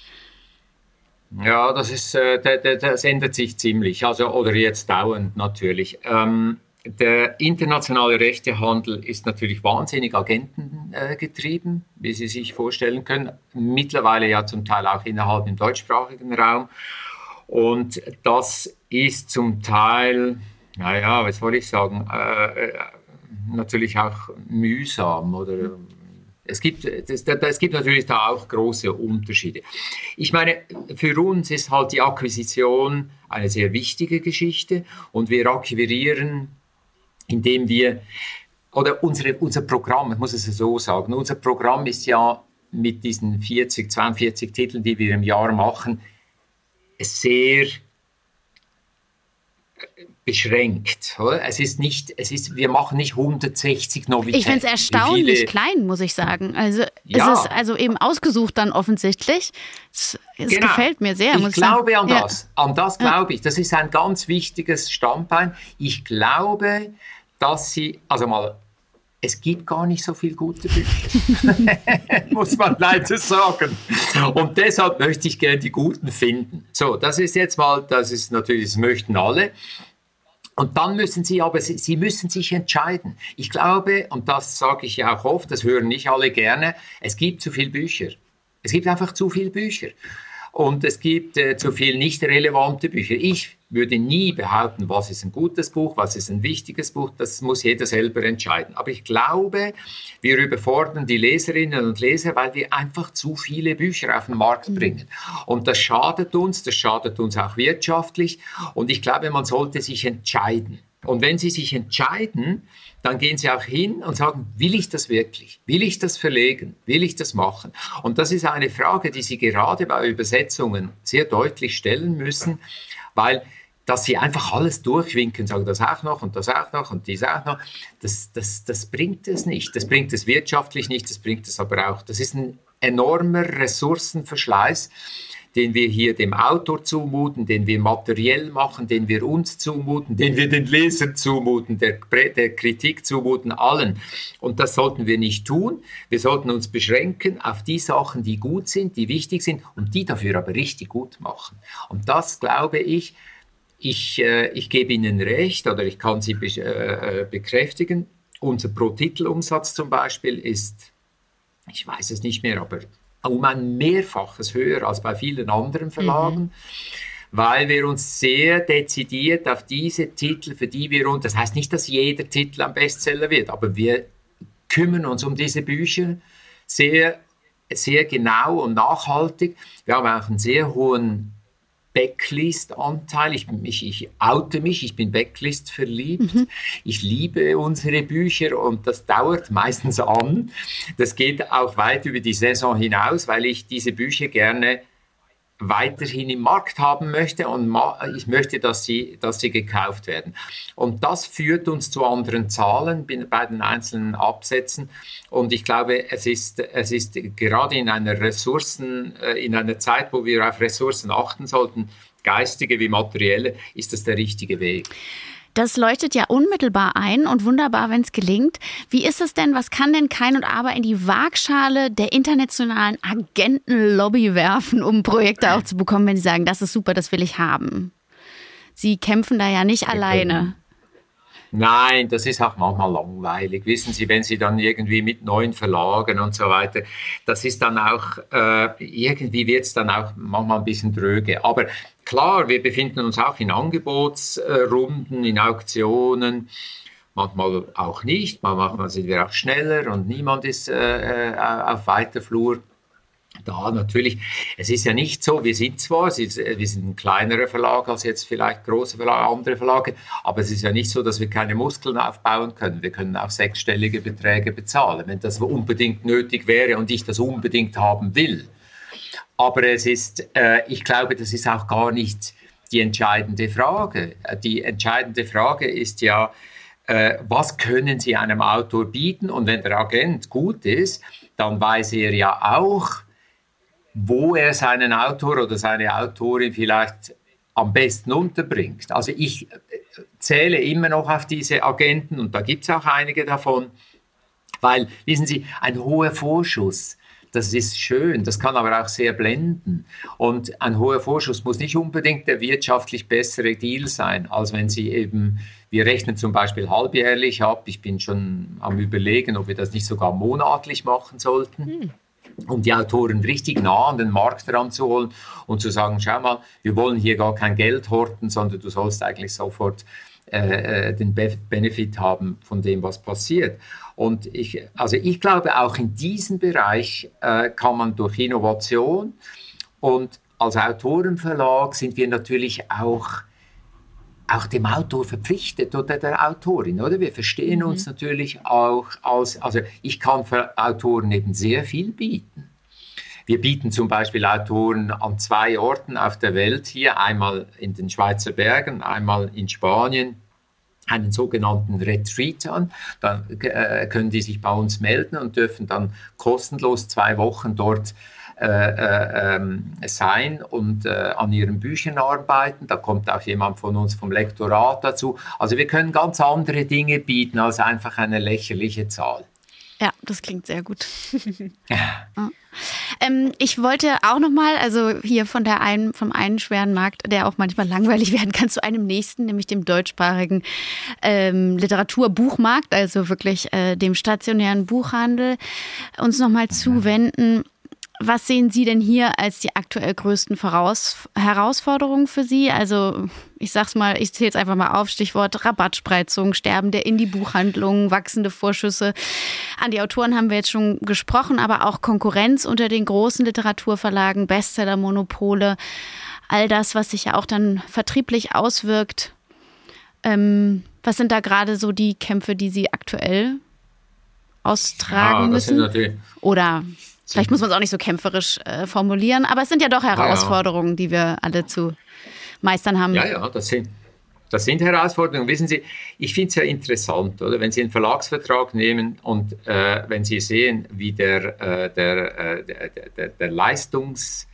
Ja, das ist, äh, das, das ändert sich ziemlich, also oder jetzt dauernd natürlich. Ähm, der internationale Rechtehandel ist natürlich wahnsinnig agentengetrieben, äh, wie Sie sich vorstellen können. Mittlerweile ja zum Teil auch innerhalb im deutschsprachigen Raum. Und das ist zum Teil, naja, was soll ich sagen, äh, natürlich auch mühsam. Oder es gibt, das, es gibt natürlich da auch große Unterschiede. Ich meine, für uns ist halt die Akquisition eine sehr wichtige Geschichte und wir akquirieren, indem wir, oder unsere, unser Programm, ich muss es so sagen, unser Programm ist ja mit diesen vierzig, zweiundvierzig Titeln, die wir im Jahr machen, sehr beschränkt. Oder? Es ist nicht, es ist, wir machen nicht hundertsechzig Novitäten. Ich finde es erstaunlich klein, muss ich sagen. Also ja. Es ist also eben ausgesucht dann offensichtlich. Es, es genau. gefällt mir sehr. Ich muss glaube sagen. an das. Ja. An das glaube ich. Das ist ein ganz wichtiges Standbein. Ich glaube, dass sie, also mal, es gibt gar nicht so viele gute Bücher, muss man leider sagen. Und deshalb möchte ich gerne die guten finden. So, das ist jetzt mal, das ist natürlich, das möchten alle. Und dann müssen sie aber, sie, sie müssen sich entscheiden. Ich glaube, und das sage ich ja auch oft, das hören nicht alle gerne, es gibt zu viele Bücher. Es gibt einfach zu viele Bücher. Und es gibt äh, zu viele nicht relevante Bücher. Ich würde nie behaupten, was ist ein gutes Buch, was ist ein wichtiges Buch. Das muss jeder selber entscheiden. Aber ich glaube, wir überfordern die Leserinnen und Leser, weil wir einfach zu viele Bücher auf den Markt bringen. Und das schadet uns, das schadet uns auch wirtschaftlich. Und ich glaube, man sollte sich entscheiden. Und wenn Sie sich entscheiden, dann gehen Sie auch hin und sagen, will ich das wirklich? Will ich das verlegen? Will ich das machen? Und das ist eine Frage, die Sie gerade bei Übersetzungen sehr deutlich stellen müssen, weil dass Sie einfach alles durchwinken, sagen das auch noch und das auch noch und dies auch noch, das, das, das bringt es nicht. Das bringt es wirtschaftlich nicht, das bringt es aber auch. Das ist ein enormer Ressourcenverschleiß, den wir hier dem Autor zumuten, den wir materiell machen, den wir uns zumuten, den wir den Lesern zumuten, der, der Kritik zumuten, allen. Und das sollten wir nicht tun. Wir sollten uns beschränken auf die Sachen, die gut sind, die wichtig sind und die dafür aber richtig gut machen. Und das glaube ich, ich, äh, ich gebe Ihnen recht oder ich kann Sie be- äh, bekräftigen. Unser Pro-Titel-Umsatz zum Beispiel ist, ich weiß es nicht mehr, aber um ein Mehrfaches höher als bei vielen anderen Verlagen, mhm. weil wir uns sehr dezidiert auf diese Titel, für die wir uns, das heißt nicht, dass jeder Titel ein Bestseller wird, aber wir kümmern uns um diese Bücher sehr, sehr genau und nachhaltig. Wir haben auch einen sehr hohen Backlist-Anteil. Ich, ich, ich oute mich, ich bin Backlist verliebt. Mhm. Ich liebe unsere Bücher und das dauert meistens an. Das geht auch weit über die Saison hinaus, weil ich diese Bücher gerne weiterhin im Markt haben möchte und ich möchte, dass sie, dass sie gekauft werden. Und das führt uns zu anderen Zahlen bei den einzelnen Absätzen. Und ich glaube, es ist, es ist gerade in einer Ressourcen, in einer Zeit, wo wir auf Ressourcen achten sollten, geistige wie materielle, ist das der richtige Weg. Das leuchtet ja unmittelbar ein und wunderbar, wenn es gelingt. Wie ist es denn, was kann denn Kein und Aber in die Waagschale der internationalen Agentenlobby werfen, um Projekte auch zu bekommen, wenn Sie sagen, das ist super, das will ich haben? Sie kämpfen da ja nicht Wir alleine. Können. Nein, das ist auch manchmal langweilig. Wissen Sie, wenn Sie dann irgendwie mit neuen Verlagen und so weiter, das ist dann auch, äh, irgendwie wird es dann auch manchmal ein bisschen dröge. Aber klar, wir befinden uns auch in Angebotsrunden, in Auktionen, manchmal auch nicht, manchmal sind wir auch schneller und niemand ist äh, auf weiter Flur. Da natürlich, es ist ja nicht so, wir sind zwar, es ist, wir sind ein kleinerer Verlag als jetzt vielleicht große Verlage, andere Verlage, aber es ist ja nicht so, dass wir keine Muskeln aufbauen können. Wir können auch sechsstellige Beträge bezahlen, wenn das unbedingt nötig wäre und ich das unbedingt haben will. Aber es ist, äh, ich glaube, das ist auch gar nicht die entscheidende Frage. Die entscheidende Frage ist ja, äh, was können Sie einem Autor bieten? Und wenn der Agent gut ist, dann weiß er ja auch, wo er seinen Autor oder seine Autorin vielleicht am besten unterbringt. Also ich zähle immer noch auf diese Agenten und da gibt es auch einige davon, weil, wissen Sie, ein hoher Vorschuss, das ist schön, das kann aber auch sehr blenden. Und ein hoher Vorschuss muss nicht unbedingt der wirtschaftlich bessere Deal sein, als wenn Sie eben, wir rechnen zum Beispiel halbjährlich ab, ich bin schon am Überlegen, ob wir das nicht sogar monatlich machen sollten. Hm. Um die Autoren richtig nah an den Markt ranzuholen und zu sagen, schau mal, wir wollen hier gar kein Geld horten, sondern du sollst eigentlich sofort äh, den Be- Benefit haben von dem, was passiert. Und ich, also ich glaube, auch in diesem Bereich äh, kann man durch Innovation und als Autorenverlag sind wir natürlich auch auch dem Autor verpflichtet oder der Autorin, oder? Wir verstehen mhm. uns natürlich auch als, also ich kann für Autoren eben sehr viel bieten. Wir bieten zum Beispiel Autoren an zwei Orten auf der Welt hier, einmal in den Schweizer Bergen, einmal in Spanien, einen sogenannten Retreat an. Dann äh, können die sich bei uns melden und dürfen dann kostenlos zwei Wochen dort Äh, äh, sein und äh, an ihren Büchern arbeiten. Da kommt auch jemand von uns vom Lektorat dazu. Also wir können ganz andere Dinge bieten als einfach eine lächerliche Zahl. Ja, das klingt sehr gut. ja. ähm, ich wollte auch nochmal, also hier von der einen, vom einen schweren Markt, der auch manchmal langweilig werden kann, zu einem nächsten, nämlich dem deutschsprachigen ähm, Literaturbuchmarkt, also wirklich äh, dem stationären Buchhandel, uns nochmal zuwenden. Was sehen Sie denn hier als die aktuell größten Voraus- Herausforderungen für Sie? Also ich sag's mal, ich zähle es einfach mal auf, Stichwort Rabattspreizung, Sterben der Indie-Buchhandlungen, wachsende Vorschüsse. An die Autoren haben wir jetzt schon gesprochen, aber auch Konkurrenz unter den großen Literaturverlagen, Bestseller-Monopole, all das, was sich ja auch dann vertrieblich auswirkt. Ähm, was sind da gerade so die Kämpfe, die Sie aktuell austragen ja, das müssen? Sind natürlich Oder vielleicht muss man es auch nicht so kämpferisch äh, formulieren, aber es sind ja doch Herausforderungen, ja, ja. die wir alle zu meistern haben. Ja, ja, das sind, das sind Herausforderungen. Wissen Sie, ich finde es ja interessant, oder? Wenn Sie einen Verlagsvertrag nehmen und äh, wenn Sie sehen, wie der, äh, der, äh, der, der, der Leistungs...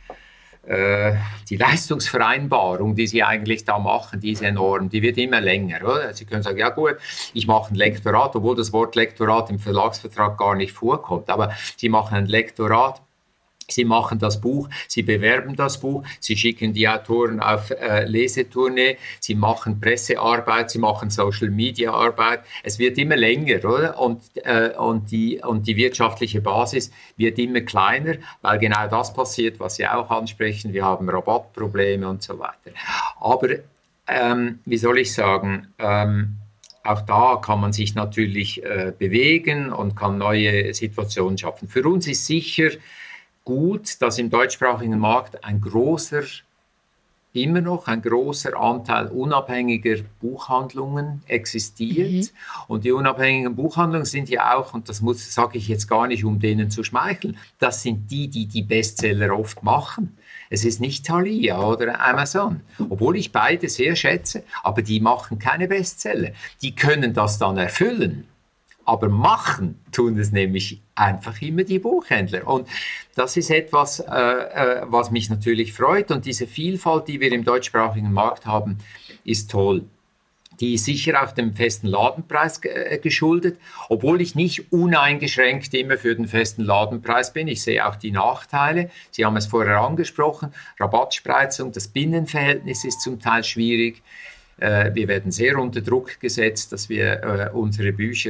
die Leistungsvereinbarung, die Sie eigentlich da machen, die ist enorm, die wird immer länger, oder? Sie können sagen, ja gut, ich mache ein Lektorat, obwohl das Wort Lektorat im Verlagsvertrag gar nicht vorkommt, aber Sie machen ein Lektorat, Sie machen das Buch, Sie bewerben das Buch, Sie schicken die Autoren auf äh, Lesetournee, Sie machen Pressearbeit, Sie machen Social-Media-Arbeit. Es wird immer länger, oder? Und, äh, und, die, und die wirtschaftliche Basis wird immer kleiner, weil genau das passiert, was Sie auch ansprechen. Wir haben Rabattprobleme und so weiter. Aber, ähm, wie soll ich sagen, ähm, auch da kann man sich natürlich äh, bewegen und kann neue Situationen schaffen. Für uns ist sicher gut, dass im deutschsprachigen Markt ein großer, immer noch ein großer Anteil unabhängiger Buchhandlungen existiert. Mhm. Und die unabhängigen Buchhandlungen sind ja auch, und das muss, sage ich jetzt gar nicht, um denen zu schmeicheln, das sind die, die die Bestseller oft machen. Es ist nicht Thalia oder Amazon, obwohl ich beide sehr schätze, aber die machen keine Bestseller. Die können das dann erfüllen. Aber machen tun es nämlich einfach immer die Buchhändler. Und das ist etwas, äh, äh, was mich natürlich freut. Und diese Vielfalt, die wir im deutschsprachigen Markt haben, ist toll. Die ist sicher auch dem festen Ladenpreis äh, geschuldet, obwohl ich nicht uneingeschränkt immer für den festen Ladenpreis bin. Ich sehe auch die Nachteile. Sie haben es vorher angesprochen. Rabattspreizung, das Binnenverhältnis ist zum Teil schwierig. Äh, wir werden sehr unter Druck gesetzt, dass wir äh, unsere Bücher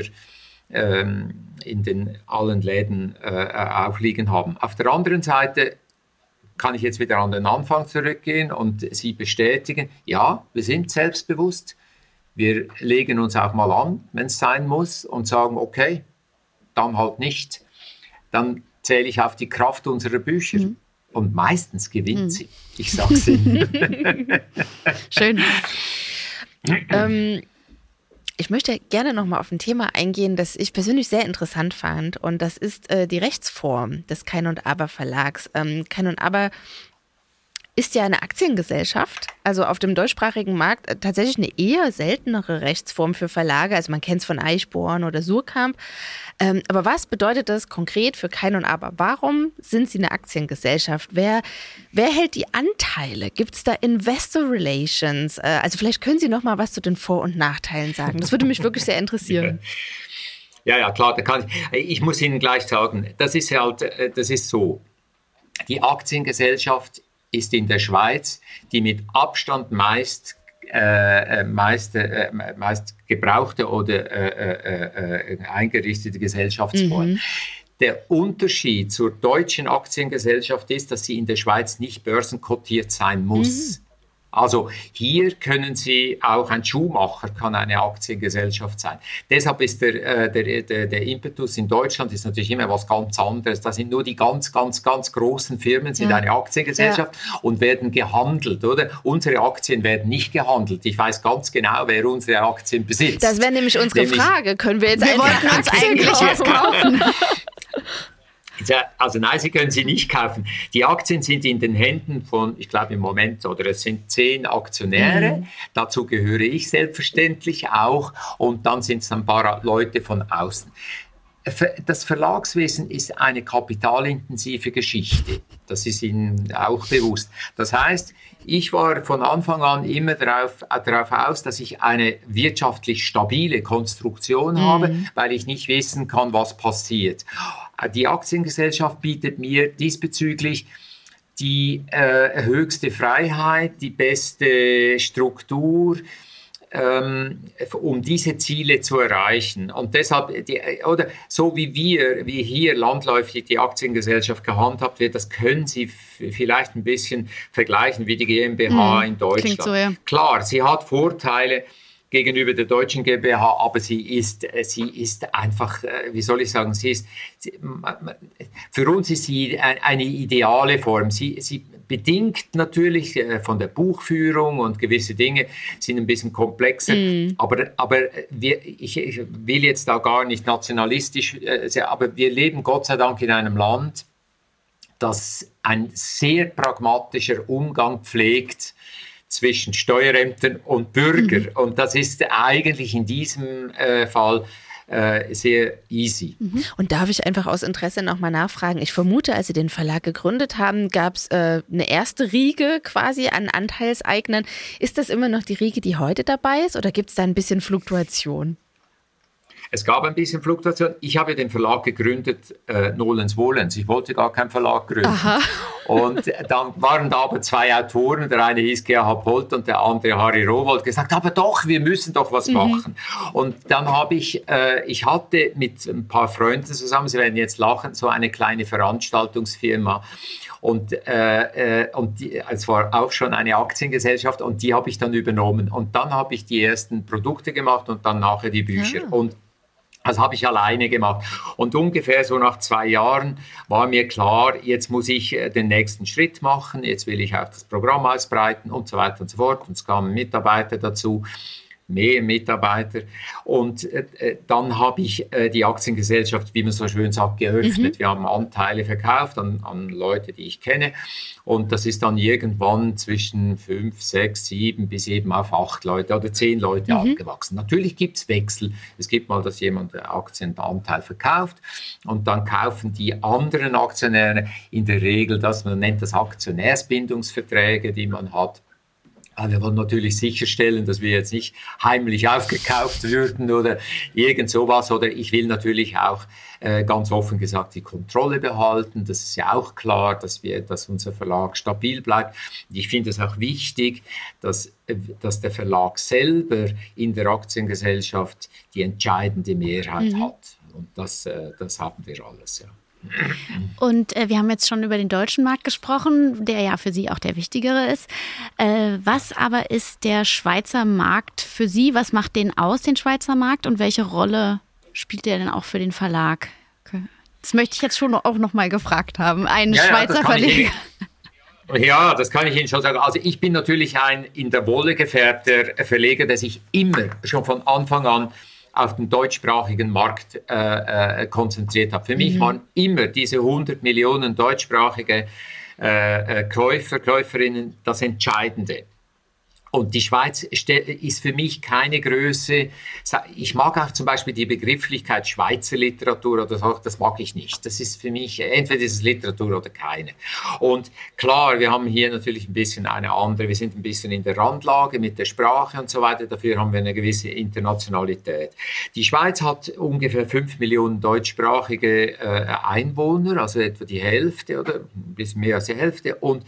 in den allen Läden äh, aufliegen haben. Auf der anderen Seite kann ich jetzt wieder an den Anfang zurückgehen und Sie bestätigen, ja, wir sind selbstbewusst, wir legen uns auch mal an, wenn es sein muss und sagen, okay, dann halt nicht. Dann zähle ich auf die Kraft unserer Bücher. Mhm. Und meistens gewinnt mhm. sie. Ich sag's Ihnen. Schön. ähm, ich möchte gerne nochmal auf ein Thema eingehen, das ich persönlich sehr interessant fand. Und das ist äh, die Rechtsform des Kein und Aber Verlags. Ähm, Kein und Aber ist ja eine Aktiengesellschaft, also auf dem deutschsprachigen Markt äh, tatsächlich eine eher seltenere Rechtsform für Verlage. Also man kennt es von Eichborn oder Suhrkamp. Ähm, aber was bedeutet das konkret für Kein und Aber? Warum sind Sie eine Aktiengesellschaft? Wer, wer hält die Anteile? Gibt es da Investor Relations? Äh, also vielleicht können Sie noch mal was zu den Vor- und Nachteilen sagen. Das würde mich wirklich sehr interessieren. Ja, ja, klar. Da kann ich, ich muss Ihnen gleich sagen, das ist halt, das ist so. Die Aktiengesellschaft ist in der Schweiz die mit Abstand meist, äh, meist, äh, meist gebrauchte oder äh, äh, eingerichtete Gesellschaftsform. Mhm. Der Unterschied zur deutschen Aktiengesellschaft ist, dass sie in der Schweiz nicht börsenkotiert sein muss. Mhm. Also hier können Sie, auch ein Schuhmacher kann eine Aktiengesellschaft sein. Deshalb ist der, äh, der, der, der Impetus in Deutschland ist natürlich immer was ganz anderes. Da sind nur die ganz, ganz, ganz großen Firmen, sind ja. eine Aktiengesellschaft ja. und werden gehandelt, oder? Unsere Aktien werden nicht gehandelt. Ich weiß ganz genau, wer unsere Aktien besitzt. Das wäre nämlich unsere nämlich, Frage. Können wir jetzt wir wollten uns eigentlich was kaufen? Also nein, Sie können sie nicht kaufen. Die Aktien sind in den Händen von, ich glaube im Moment, oder es sind zehn Aktionäre. Mhm. Dazu gehöre ich selbstverständlich auch. Und dann sind es ein paar Leute von außen. Das Verlagswesen ist eine kapitalintensive Geschichte. Das ist Ihnen auch bewusst. Das heißt, ich war von Anfang an immer darauf, darauf aus, dass ich eine wirtschaftlich stabile Konstruktion mhm. habe, weil ich nicht wissen kann, was passiert. Die Aktiengesellschaft bietet mir diesbezüglich die äh, höchste Freiheit, die beste Struktur, ähm, um diese Ziele zu erreichen. Und deshalb, die, oder so wie wir, wie hier landläufig die Aktiengesellschaft gehandhabt wird, das können Sie f- vielleicht ein bisschen vergleichen wie die GmbH hm, in Deutschland. Klingt so, ja. Klar, sie hat Vorteile gegenüber der deutschen GmbH, aber sie ist, sie ist einfach, wie soll ich sagen, sie ist, sie, für uns ist sie eine ideale Form. Sie, sie bedingt natürlich von der Buchführung und gewisse Dinge sind ein bisschen komplexer, mm. aber, aber wir, ich, ich will jetzt da gar nicht nationalistisch, aber wir leben Gott sei Dank in einem Land, das ein sehr pragmatischer Umgang pflegt zwischen Steuerämtern und Bürgern. Mhm. Und das ist eigentlich in diesem äh, Fall äh, sehr easy. Mhm. Und darf ich einfach aus Interesse nochmal nachfragen? Ich vermute, als Sie den Verlag gegründet haben, gab es äh, eine erste Riege quasi an Anteilseignern. Ist das immer noch die Riege, die heute dabei ist, oder gibt es da ein bisschen Fluktuation? Es gab ein bisschen Fluktuation. Ich habe den Verlag gegründet, äh, Nolens Wohlens. Ich wollte gar keinen Verlag gründen. Aha. Und dann waren da aber zwei Autoren, der eine hieß Gerhard Polt und der andere Harry Rowohlt, gesagt, aber doch, wir müssen doch was mhm. machen. Und dann habe ich, äh, ich hatte mit ein paar Freunden zusammen, Sie werden jetzt lachen, so eine kleine Veranstaltungsfirma. Und, äh, äh, und die, es war auch schon eine Aktiengesellschaft und die habe ich dann übernommen. Und dann habe ich die ersten Produkte gemacht und dann nachher die Bücher. Ja. Und das habe ich alleine gemacht. Und ungefähr so nach zwei Jahren war mir klar, jetzt muss ich den nächsten Schritt machen, jetzt will ich auch das Programm ausbreiten und so weiter und so fort. Und es kamen Mitarbeiter dazu, mehr Mitarbeiter. Und äh, dann habe ich äh, die Aktiengesellschaft, wie man so schön sagt, geöffnet. Mhm. Wir haben Anteile verkauft an, an Leute, die ich kenne. Und das ist dann irgendwann zwischen fünf, sechs, sieben bis eben auf acht Leute oder zehn Leute mhm. abgewachsen. Natürlich gibt es Wechsel. Es gibt mal, dass jemand Aktienanteil verkauft und dann kaufen die anderen Aktionäre in der Regel, das man nennt das Aktionärsbindungsverträge, die man hat. Wir wollen natürlich sicherstellen, dass wir jetzt nicht heimlich aufgekauft würden oder irgend sowas. Oder ich will natürlich auch äh, ganz offen gesagt die Kontrolle behalten. Das ist ja auch klar, dass wir, dass unser Verlag stabil bleibt. Und ich finde es auch wichtig, dass, dass der Verlag selber in der Aktiengesellschaft die entscheidende Mehrheit mhm. hat. Und das, äh, das haben wir alles, ja. Und äh, wir haben jetzt schon über den deutschen Markt gesprochen, der ja für Sie auch der wichtigere ist. Äh, was aber ist der Schweizer Markt für Sie? Was macht den aus, den Schweizer Markt? Und welche Rolle spielt der denn auch für den Verlag? Okay. Das möchte ich jetzt schon auch noch mal gefragt haben. Ein ja, Schweizer ja, Verleger. Ja, das kann ich Ihnen schon sagen. Also ich bin natürlich ein in der Wolle gefärbter Verleger, der sich immer schon von Anfang an auf den deutschsprachigen Markt äh, äh, konzentriert hat. Für mich waren immer diese hundert Millionen deutschsprachige äh, äh, Käufer, Käuferinnen das Entscheidende. Und die Schweiz ist für mich keine Größe. Ich mag auch zum Beispiel die Begrifflichkeit Schweizer Literatur oder so, das mag ich nicht. Das ist für mich, entweder ist es Literatur oder keine. Und klar, wir haben hier natürlich ein bisschen eine andere, wir sind ein bisschen in der Randlage mit der Sprache und so weiter, dafür haben wir eine gewisse Internationalität. Die Schweiz hat ungefähr fünf Millionen deutschsprachige äh, Einwohner, also etwa die Hälfte oder ein bisschen mehr als die Hälfte. Und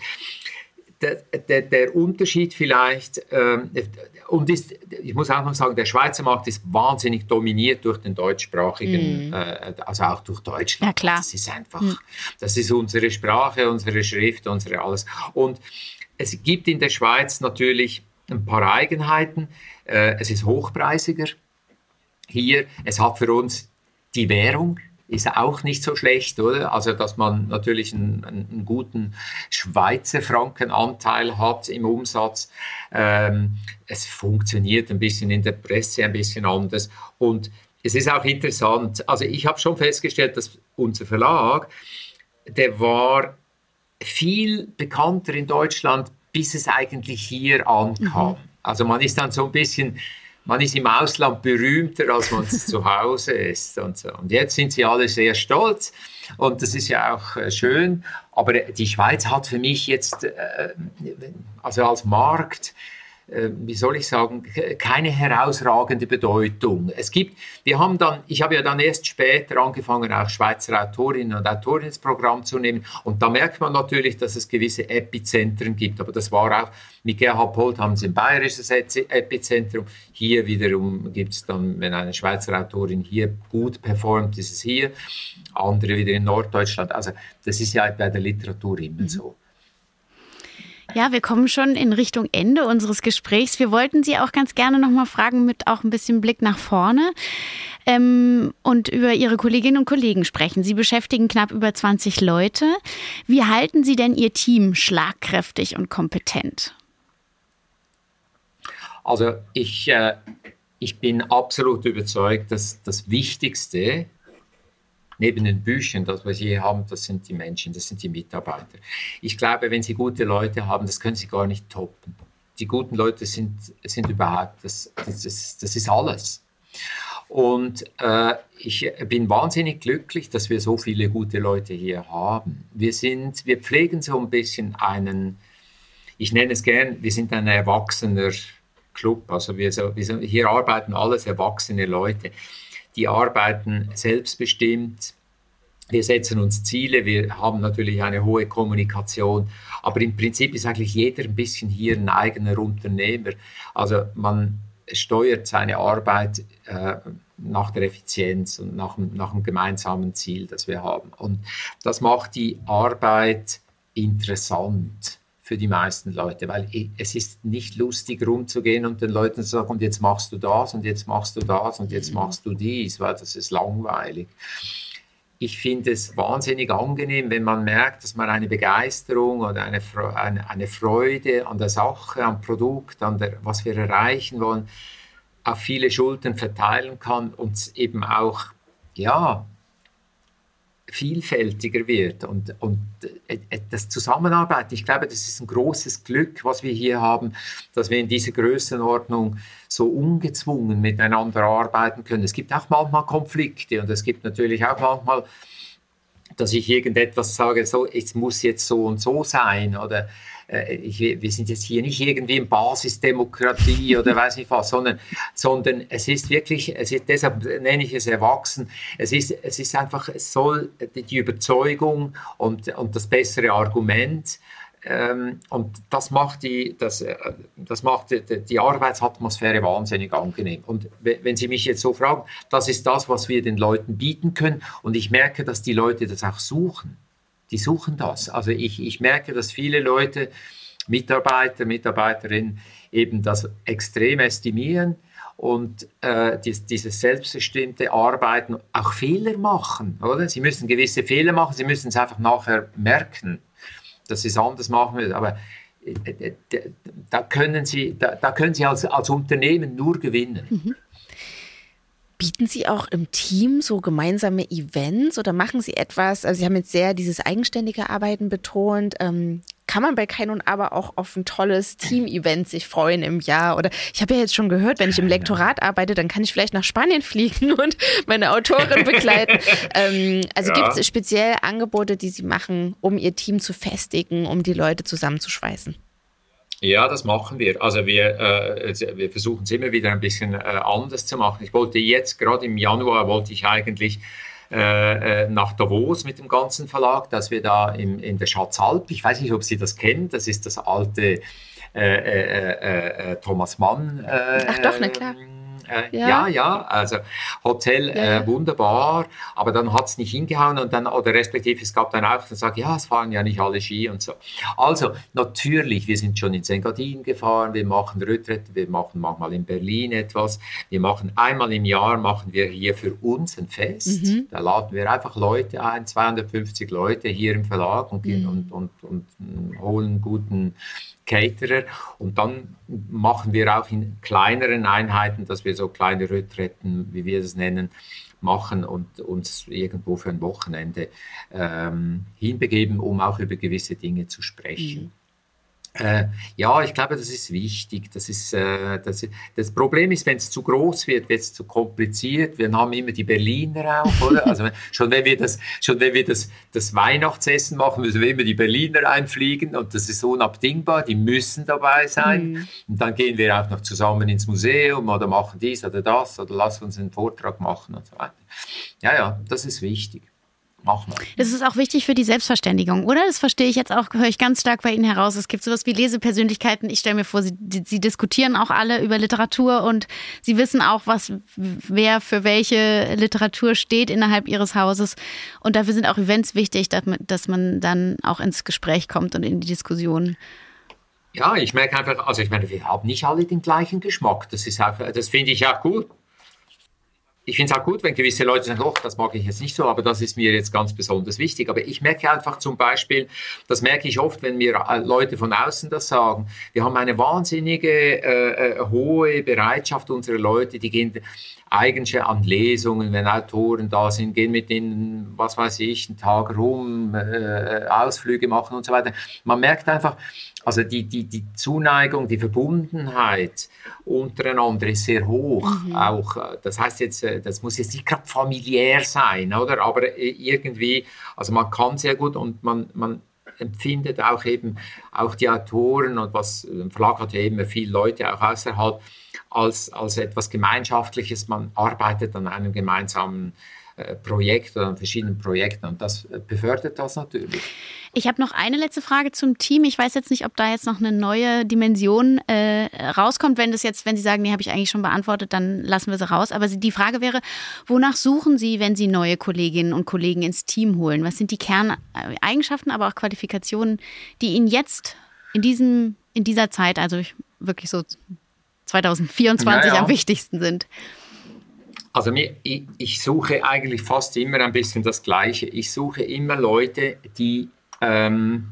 Der, der, der Unterschied vielleicht, ähm, und ist, ich muss auch noch sagen, der Schweizer Markt ist wahnsinnig dominiert durch den deutschsprachigen, mm. äh, also auch durch Deutschland. Ja, klar. Das ist einfach, mm. das ist unsere Sprache, unsere Schrift, unsere alles. Und es gibt in der Schweiz natürlich ein paar Eigenheiten. Äh, es ist hochpreisiger hier. Es hat für uns die Währung. Ist auch nicht so schlecht, oder? Also, dass man natürlich einen, einen guten Schweizer Frankenanteil hat im Umsatz. Ähm, es funktioniert ein bisschen in der Presse, ein bisschen anders. Und es ist auch interessant, also ich habe schon festgestellt, dass unser Verlag, der war viel bekannter in Deutschland, bis es eigentlich hier ankam. Mhm. Also man ist dann so ein bisschen... Man ist im Ausland berühmter, als man es zu Hause ist. Und, so. Und jetzt sind sie alle sehr stolz und das ist ja auch äh, schön. Aber die Schweiz hat für mich jetzt, äh, also als Markt, äh, wie soll ich sagen, keine herausragende Bedeutung. Es gibt, wir haben dann, ich habe ja dann erst später angefangen, auch Schweizer Autorinnen und Autoren ins Programm zu nehmen. Und da merkt man natürlich, dass es gewisse Epizentren gibt. Aber das war auch, mit Gerhard Polt haben sie ein bayerisches Epizentrum. Hier wiederum gibt es dann, wenn eine Schweizer Autorin hier gut performt, ist es hier. Andere wieder in Norddeutschland. Also das ist ja bei der Literatur immer mhm. so. Ja, wir kommen schon in Richtung Ende unseres Gesprächs. Wir wollten Sie auch ganz gerne noch mal fragen, mit auch ein bisschen Blick nach vorne ähm, und über Ihre Kolleginnen und Kollegen sprechen. Sie beschäftigen knapp über zwanzig Leute. Wie halten Sie denn Ihr Team schlagkräftig und kompetent? Also ich, äh, ich bin absolut überzeugt, dass das Wichtigste neben den Büchern, das, was Sie hier haben, das sind die Menschen, das sind die Mitarbeiter. Ich glaube, wenn Sie gute Leute haben, das können Sie gar nicht toppen. Die guten Leute sind, sind überhaupt, das, das, ist, das ist alles. Und äh, ich bin wahnsinnig glücklich, dass wir so viele gute Leute hier haben. Wir sind, wir pflegen so ein bisschen einen, ich nenne es gern, wir sind ein erwachsener Club. Also wir, so, wir so, hier arbeiten alles erwachsene Leute. Die arbeiten selbstbestimmt, wir setzen uns Ziele, wir haben natürlich eine hohe Kommunikation, aber im Prinzip ist eigentlich jeder ein bisschen hier ein eigener Unternehmer. Also man steuert seine Arbeit äh, nach der Effizienz und nach, nach einem gemeinsamen Ziel, das wir haben. Und das macht die Arbeit interessant für die meisten Leute, weil es ist nicht lustig rumzugehen und den Leuten zu sagen, und jetzt machst du das und jetzt machst du das und jetzt machst du dies, weil das ist langweilig. Ich finde es wahnsinnig angenehm, wenn man merkt, dass man eine Begeisterung oder eine, eine, eine Freude an der Sache, am Produkt, an der, was wir erreichen wollen, auf viele Schultern verteilen kann und eben auch, ja, vielfältiger wird und, und äh, das Zusammenarbeiten, ich glaube, das ist ein großes Glück, was wir hier haben, dass wir in dieser Größenordnung so ungezwungen miteinander arbeiten können. Es gibt auch manchmal Konflikte und es gibt natürlich auch manchmal, dass ich irgendetwas sage, so, es muss jetzt so und so sein oder äh, ich, wir sind jetzt hier nicht irgendwie in Basisdemokratie oder weiß nicht was, sondern, sondern es ist wirklich, es ist, deshalb nenne ich es erwachsen, es ist, es ist einfach, es soll die Überzeugung und, und das bessere Argument ähm, und das macht, die, das, das macht die, die Arbeitsatmosphäre wahnsinnig angenehm. Und wenn Sie mich jetzt so fragen, das ist das, was wir den Leuten bieten können und ich merke, dass die Leute das auch suchen. Die suchen das. Also ich, ich merke, dass viele Leute, Mitarbeiter, Mitarbeiterinnen, eben das extrem estimieren und äh, dies, dieses selbstbestimmte Arbeiten, auch Fehler machen, oder? Sie müssen gewisse Fehler machen, sie müssen es einfach nachher merken, dass sie es anders machen müssen. Aber äh, da können Sie, da, da können Sie als, als Unternehmen nur gewinnen. Mhm. Bieten Sie auch im Team so gemeinsame Events oder machen Sie etwas, also Sie haben jetzt sehr dieses eigenständige Arbeiten betont, ähm, kann man bei Kein und Aber auch auf ein tolles Team-Event sich freuen im Jahr? Oder ich habe ja jetzt schon gehört, wenn ich im Lektorat arbeite, dann kann ich vielleicht nach Spanien fliegen und meine Autorin begleiten. ähm, also ja. Gibt es speziell Angebote, die Sie machen, um Ihr Team zu festigen, um die Leute zusammenzuschweißen? Ja, das machen wir. Also wir, äh, wir versuchen es immer wieder ein bisschen äh, anders zu machen. Ich wollte jetzt, gerade im Januar, wollte ich eigentlich äh, nach Davos mit dem ganzen Verlag, dass wir da im, in der Schatzalp, ich weiß nicht, ob Sie das kennen, das ist das alte äh, äh, äh, Thomas Mann. Äh, Ach doch, na klar. Äh, ja. ja, ja, also Hotel, ja. äh, wunderbar, aber dann hat es nicht hingehauen und dann, oder respektive es gab dann auch, dann sage ja, es fahren ja nicht alle Ski und so. Also natürlich, wir sind schon in Engadin gefahren, wir machen Retrette, wir machen manchmal in Berlin etwas, wir machen einmal im Jahr, machen wir hier für uns ein Fest, mhm. da laden wir einfach Leute ein, zweihundertfünfzig Leute hier im Verlag und, mhm. und, und, und, und holen einen guten Caterer und dann machen wir auch in kleineren Einheiten, dass wir so kleine Retretten, wie wir es nennen, machen und uns irgendwo für ein Wochenende ähm, hinbegeben, um auch über gewisse Dinge zu sprechen. Mhm. Äh, ja, ich glaube, das ist wichtig. Das, ist, äh, das, ist, das Problem ist, wenn es zu groß wird, wird es zu kompliziert. Wir haben immer die Berliner auch, oder? Also schon wenn wir, das, schon wenn wir das, das Weihnachtsessen machen, müssen wir immer die Berliner einfliegen und das ist unabdingbar. Die müssen dabei sein. Mhm. Und dann gehen wir auch noch zusammen ins Museum oder machen dies oder das oder lassen uns einen Vortrag machen und so weiter. Ja, ja, das ist wichtig. Das ist auch wichtig für die Selbstverständigung, oder? Das verstehe ich jetzt auch, höre ich ganz stark bei Ihnen heraus. Es gibt sowas wie Lesepersönlichkeiten. Ich stelle mir vor, Sie, Sie diskutieren auch alle über Literatur und Sie wissen auch, was wer für welche Literatur steht innerhalb Ihres Hauses. Und dafür sind auch Events wichtig, dass man dann auch ins Gespräch kommt und in die Diskussion. Ja, ich merke einfach, also ich meine, wir haben nicht alle den gleichen Geschmack. Das ist auch, das finde ich auch gut. Ich finde es auch gut, wenn gewisse Leute sagen, oh, das mag ich jetzt nicht so, aber das ist mir jetzt ganz besonders wichtig. Aber ich merke einfach zum Beispiel, das merke ich oft, wenn mir Leute von außen das sagen, wir haben eine wahnsinnige äh, hohe Bereitschaft unserer Leute, die gehen eigens an Lesungen, wenn Autoren da sind, gehen mit denen, was weiß ich, einen Tag rum, äh, Ausflüge machen und so weiter. Man merkt einfach, also die, die, die Zuneigung, die Verbundenheit untereinander ist sehr hoch. Mhm. Auch, das heißt jetzt, das muss jetzt nicht gerade familiär sein, oder? Aber irgendwie, also man kann sehr gut und man, man empfindet auch eben auch die Autoren und was, ein Verlag hat ja eben viele Leute auch außerhalb, als, als etwas Gemeinschaftliches. Man arbeitet an einem gemeinsamen Projekt oder an verschiedenen Projekten und das befördert das natürlich. Ich habe noch eine letzte Frage zum Team. Ich weiß jetzt nicht, ob da jetzt noch eine neue Dimension äh, rauskommt. Wenn das jetzt, wenn Sie sagen, die habe ich eigentlich schon beantwortet, dann lassen wir sie raus. Aber die Frage wäre, wonach suchen Sie, wenn Sie neue Kolleginnen und Kollegen ins Team holen? Was sind die Kerneigenschaften, aber auch Qualifikationen, die Ihnen jetzt in diesem, in dieser Zeit, also wirklich so zwanzig vierundzwanzig ja, ja. am wichtigsten sind? Also mir, ich, ich suche eigentlich fast immer ein bisschen das Gleiche. Ich suche immer Leute, die, ähm,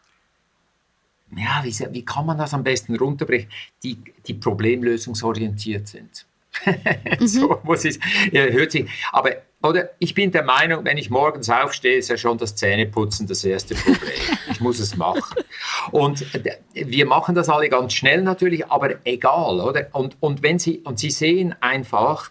ja, wie, wie kann man das am besten runterbrechen, die, die problemlösungsorientiert sind. Mhm. So muss ich, ja, hört sich, aber oder ich bin der Meinung, wenn ich morgens aufstehe, ist ja schon das Zähneputzen das erste Problem. Ich muss es machen. Und wir machen das alle ganz schnell natürlich, aber egal, oder? Und, und wenn Sie, und Sie sehen einfach,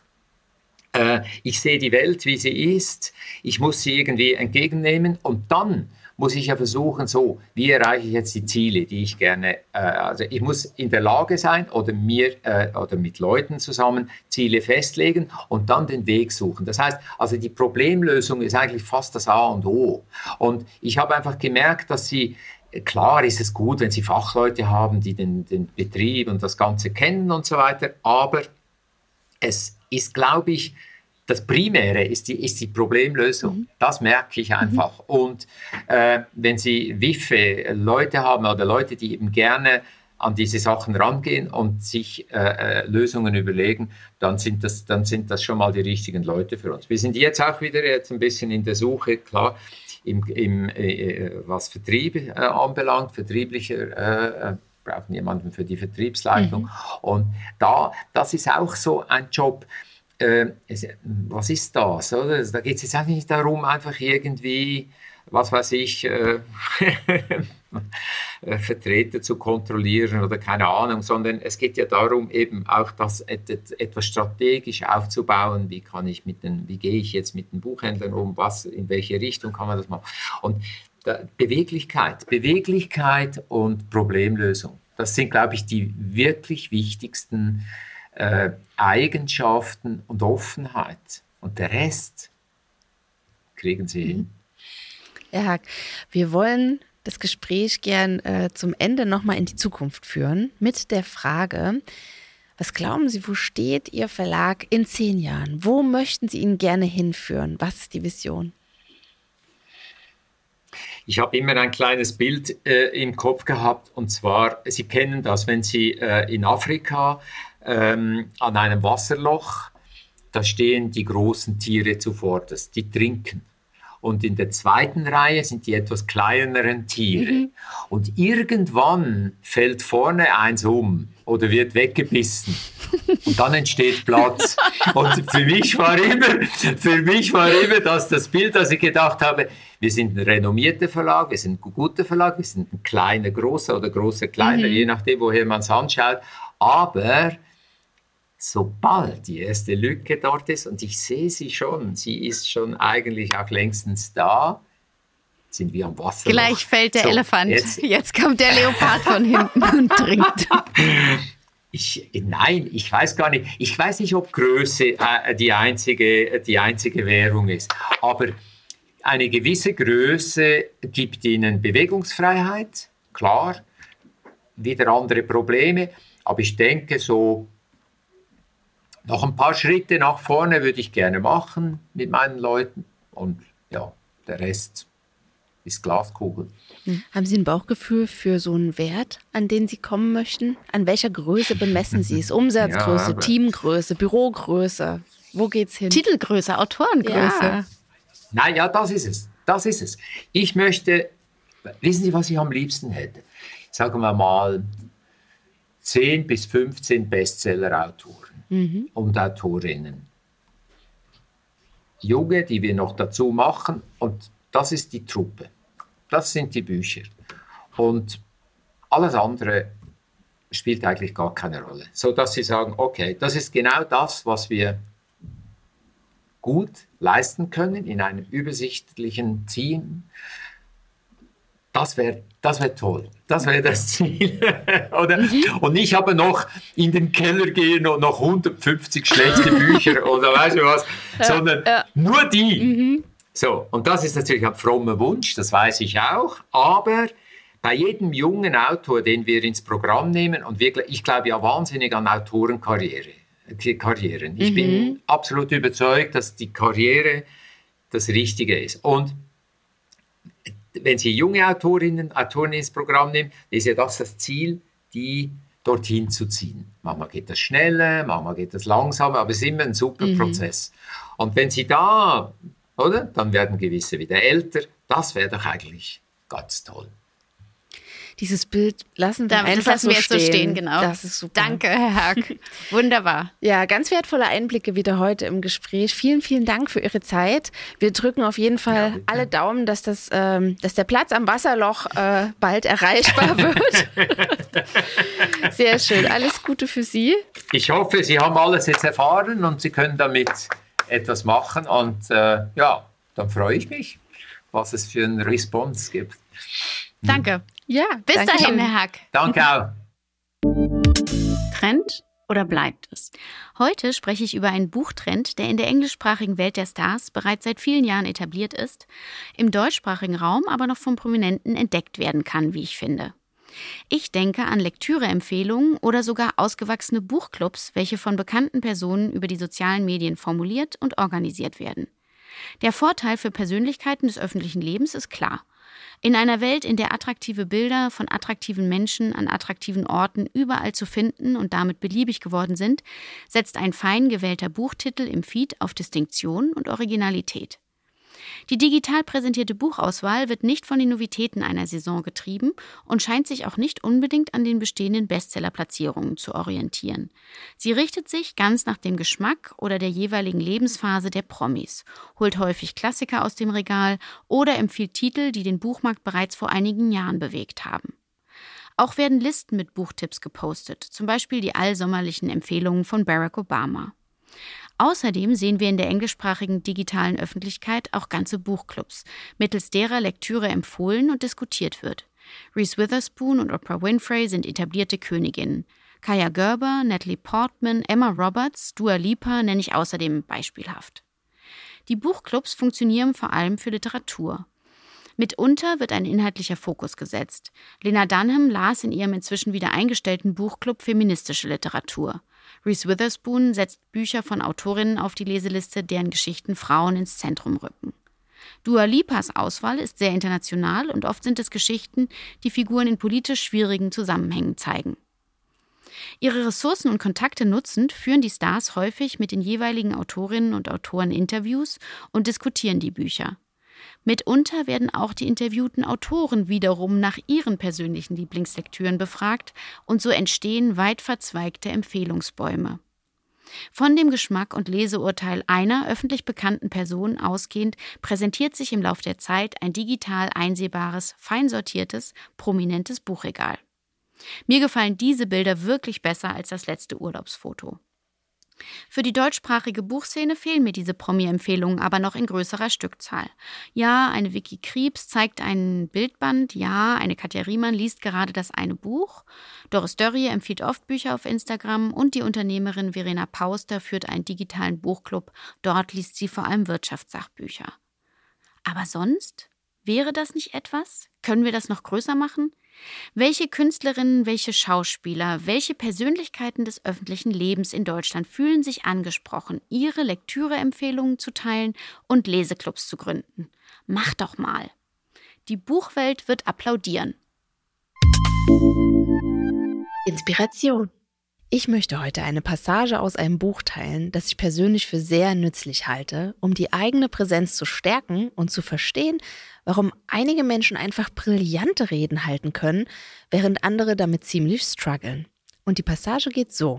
ich sehe die Welt, wie sie ist, ich muss sie irgendwie entgegennehmen und dann muss ich ja versuchen, so, wie erreiche ich jetzt die Ziele, die ich gerne, äh, also ich muss in der Lage sein oder mir äh, oder mit Leuten zusammen Ziele festlegen und dann den Weg suchen. Das heißt, also die Problemlösung ist eigentlich fast das A und O. Und ich habe einfach gemerkt, dass sie, klar ist es gut, wenn Sie Fachleute haben, die den, den Betrieb und das Ganze kennen und so weiter, aber es ist, glaube ich, das Primäre ist die, ist die Problemlösung. Mhm. Das merke ich einfach. Mhm. Und äh, wenn Sie Wiffe Leute haben oder Leute, die eben gerne an diese Sachen rangehen und sich äh, äh, Lösungen überlegen, dann sind, das, dann sind das schon mal die richtigen Leute für uns. Wir sind jetzt auch wieder jetzt ein bisschen in der Suche, klar, im, im, äh, was Vertrieb äh, anbelangt, vertrieblicher äh, brauchen jemanden für die Vertriebsleitung. Mhm. Und da, das ist auch so ein Job. Äh, es, was ist das? Oder? Also da geht es jetzt auch nicht darum, einfach irgendwie, was weiß ich, äh, Vertreter zu kontrollieren oder keine Ahnung, sondern es geht ja darum, eben auch das et, et, etwas strategisch aufzubauen. Wie kann ich mit den, wie gehe ich jetzt mit den Buchhändlern um? Was, in welche Richtung kann man das machen? Und Beweglichkeit, Beweglichkeit und Problemlösung. Das sind, glaube ich, die wirklich wichtigsten äh, Eigenschaften und Offenheit. Und der Rest kriegen Sie hin. Herr Haag, wir wollen das Gespräch gern äh, zum Ende nochmal in die Zukunft führen mit der Frage, was glauben Sie, wo steht Ihr Verlag in zehn Jahren? Wo möchten Sie ihn gerne hinführen? Was ist die Vision? Ich habe immer ein kleines Bild äh, im Kopf gehabt, und zwar, Sie kennen das, wenn Sie äh, in Afrika ähm, an einem Wasserloch, da stehen die großen Tiere zuvorderst, die trinken. Und in der zweiten Reihe sind die etwas kleineren Tiere. Mhm. Und irgendwann fällt vorne eins um oder wird weggebissen. Und dann entsteht Platz. Und für mich war immer, für mich war immer das, das Bild, das ich gedacht habe, wir sind ein renommierter Verlag, wir sind ein guter Verlag, wir sind ein kleiner, großer oder großer, kleiner, mhm. je nachdem, woher man es anschaut. Aber sobald die erste Lücke dort ist, und ich sehe sie schon, sie ist schon eigentlich auch längstens da, sind wir am Wasser. Gleich fällt der so, Elefant. Jetzt, jetzt kommt der Leopard von hinten und trinkt. Ich, nein, ich weiß gar nicht. Ich weiß nicht, ob Größe äh, die, einzige, die einzige Währung ist. Aber eine gewisse Größe gibt ihnen Bewegungsfreiheit, klar, wieder andere Probleme. Aber ich denke, so noch ein paar Schritte nach vorne würde ich gerne machen mit meinen Leuten. Und ja, der Rest ist Glaskugel. Haben Sie ein Bauchgefühl für so einen Wert, an den Sie kommen möchten? An welcher Größe bemessen Sie es? Umsatzgröße, ja, Teamgröße, Bürogröße? Wo geht's hin? Titelgröße, Autorengröße. Ja. Naja, das ist es. Das ist es. Ich möchte, wissen Sie, was ich am liebsten hätte? Sagen wir mal zehn bis fünfzehn Bestseller-Autoren mhm. und Autorinnen. Junge, die wir noch dazu machen, und das ist die Truppe. Das sind die Bücher. Und alles andere spielt eigentlich gar keine Rolle. So dass Sie sagen, okay, das ist genau das, was wir gut leisten können in einem übersichtlichen Team. Das wäre das wär toll. Das wäre das Ziel. Oder? Und ich habe noch in den Keller gehen und noch hundertfünfzig schlechte Bücher oder weißt du was, ja, sondern ja. nur die. Mhm. So, und das ist natürlich ein frommer Wunsch, das weiß ich auch, aber bei jedem jungen Autor, den wir ins Programm nehmen, und wir, ich glaube ja wahnsinnig an Autorenkarriere, Karrieren. Ich mhm. bin absolut überzeugt, dass die Karriere das Richtige ist. Und wenn Sie junge Autorinnen, Autoren ins Programm nehmen, ist ja das das Ziel, die dorthin zu ziehen. Manchmal geht das schneller, manchmal geht das langsamer, aber es ist immer ein super mhm. Prozess. Und wenn Sie da, oder, dann werden gewisse wieder älter, das wäre doch eigentlich ganz toll. Dieses Bild lassen wir Damit einfach lassen wir so stehen. so stehen. Genau. Das ist super. Danke, Herr Haag. Wunderbar. Ja, ganz wertvolle Einblicke wieder heute im Gespräch. Vielen, vielen Dank für Ihre Zeit. Wir drücken auf jeden Fall ja, alle Daumen, dass, das, ähm, dass der Platz am Wasserloch äh, bald erreichbar wird. Sehr schön. Alles Gute für Sie. Ich hoffe, Sie haben alles jetzt erfahren und Sie können damit etwas machen. Und äh, ja, dann freue ich mich, was es für eine Response gibt. Danke. Ja, bis danke. dahin, Herr Haag. Danke auch. Trend oder bleibt es? Heute spreche ich über einen Buchtrend, der in der englischsprachigen Welt der Stars bereits seit vielen Jahren etabliert ist, im deutschsprachigen Raum aber noch von Prominenten entdeckt werden kann, wie ich finde. Ich denke an Lektüreempfehlungen oder sogar ausgewachsene Buchclubs, welche von bekannten Personen über die sozialen Medien formuliert und organisiert werden. Der Vorteil für Persönlichkeiten des öffentlichen Lebens ist klar. In einer Welt, in der attraktive Bilder von attraktiven Menschen an attraktiven Orten überall zu finden und damit beliebig geworden sind, setzt ein fein gewählter Buchtitel im Feed auf Distinktion und Originalität. Die digital präsentierte Buchauswahl wird nicht von den Novitäten einer Saison getrieben und scheint sich auch nicht unbedingt an den bestehenden Bestsellerplatzierungen zu orientieren. Sie richtet sich ganz nach dem Geschmack oder der jeweiligen Lebensphase der Promis, holt häufig Klassiker aus dem Regal oder empfiehlt Titel, die den Buchmarkt bereits vor einigen Jahren bewegt haben. Auch werden Listen mit Buchtipps gepostet, zum Beispiel die allsommerlichen Empfehlungen von Barack Obama. Außerdem sehen wir in der englischsprachigen digitalen Öffentlichkeit auch ganze Buchclubs, mittels derer Lektüre empfohlen und diskutiert wird. Reese Witherspoon und Oprah Winfrey sind etablierte Königinnen. Kaja Gerber, Natalie Portman, Emma Roberts, Dua Lipa nenne ich außerdem beispielhaft. Die Buchclubs funktionieren vor allem für Literatur. Mitunter wird ein inhaltlicher Fokus gesetzt. Lena Dunham las in ihrem inzwischen wieder eingestellten Buchclub feministische Literatur. Reese Witherspoon setzt Bücher von Autorinnen auf die Leseliste, deren Geschichten Frauen ins Zentrum rücken. Dua Lipas Auswahl ist sehr international und oft sind es Geschichten, die Figuren in politisch schwierigen Zusammenhängen zeigen. Ihre Ressourcen und Kontakte nutzend führen die Stars häufig mit den jeweiligen Autorinnen und Autoren Interviews und diskutieren die Bücher. Mitunter werden auch die interviewten Autoren wiederum nach ihren persönlichen Lieblingslektüren befragt und so entstehen weit verzweigte Empfehlungsbäume. Von dem Geschmack und Leseurteil einer öffentlich bekannten Person ausgehend präsentiert sich im Lauf der Zeit ein digital einsehbares, fein sortiertes, prominentes Buchregal. Mir gefallen diese Bilder wirklich besser als das letzte Urlaubsfoto. Für die deutschsprachige Buchszene fehlen mir diese Promi-Empfehlungen aber noch in größerer Stückzahl. Ja, eine Vicky Kriebs zeigt einen Bildband, ja, eine Katja Riemann liest gerade das eine Buch, Doris Dörrie empfiehlt oft Bücher auf Instagram und die Unternehmerin Verena Pauster führt einen digitalen Buchclub, dort liest sie vor allem Wirtschaftssachbücher. Aber sonst? Wäre das nicht etwas? Können wir das noch größer machen? Welche Künstlerinnen, welche Schauspieler, welche Persönlichkeiten des öffentlichen Lebens in Deutschland fühlen sich angesprochen, ihre Lektüreempfehlungen zu teilen und Leseclubs zu gründen? Mach doch mal! Die Buchwelt wird applaudieren. Inspiration. Ich möchte heute eine Passage aus einem Buch teilen, das ich persönlich für sehr nützlich halte, um die eigene Präsenz zu stärken und zu verstehen, warum einige Menschen einfach brillante Reden halten können, während andere damit ziemlich strugglen. Und die Passage geht so.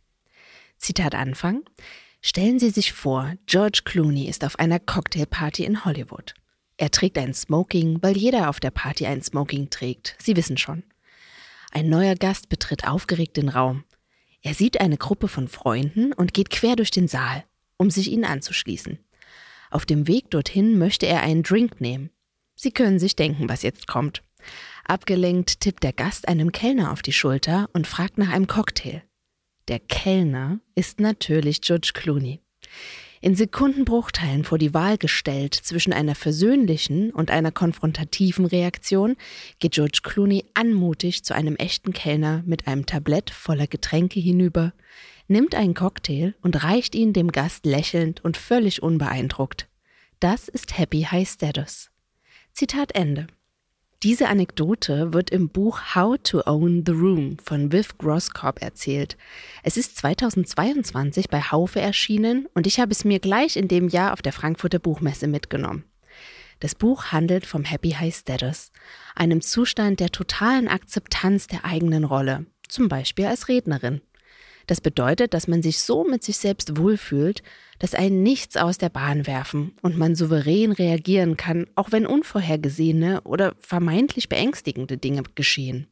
Zitat Anfang. Stellen Sie sich vor, George Clooney ist auf einer Cocktailparty in Hollywood. Er trägt ein Smoking, weil jeder auf der Party ein Smoking trägt. Sie wissen schon. Ein neuer Gast betritt aufgeregt den Raum. Er sieht eine Gruppe von Freunden und geht quer durch den Saal, um sich ihnen anzuschließen. Auf dem Weg dorthin möchte er einen Drink nehmen. Sie können sich denken, was jetzt kommt. Abgelenkt tippt der Gast einem Kellner auf die Schulter und fragt nach einem Cocktail. Der Kellner ist natürlich George Clooney. In Sekundenbruchteilen vor die Wahl gestellt zwischen einer versöhnlichen und einer konfrontativen Reaktion, geht George Clooney anmutig zu einem echten Kellner mit einem Tablett voller Getränke hinüber, nimmt einen Cocktail und reicht ihn dem Gast lächelnd und völlig unbeeindruckt. Das ist Happy High Status. Zitat Ende. Diese Anekdote wird im Buch How to Own the Room von Viv Groskop erzählt. Es ist zweitausendzweiundzwanzig bei Haufe erschienen und ich habe es mir gleich in dem Jahr auf der Frankfurter Buchmesse mitgenommen. Das Buch handelt vom Happy High Status, einem Zustand der totalen Akzeptanz der eigenen Rolle, zum Beispiel als Rednerin. Das bedeutet, dass man sich so mit sich selbst wohlfühlt, dass einen nichts aus der Bahn werfen und man souverän reagieren kann, auch wenn unvorhergesehene oder vermeintlich beängstigende Dinge geschehen.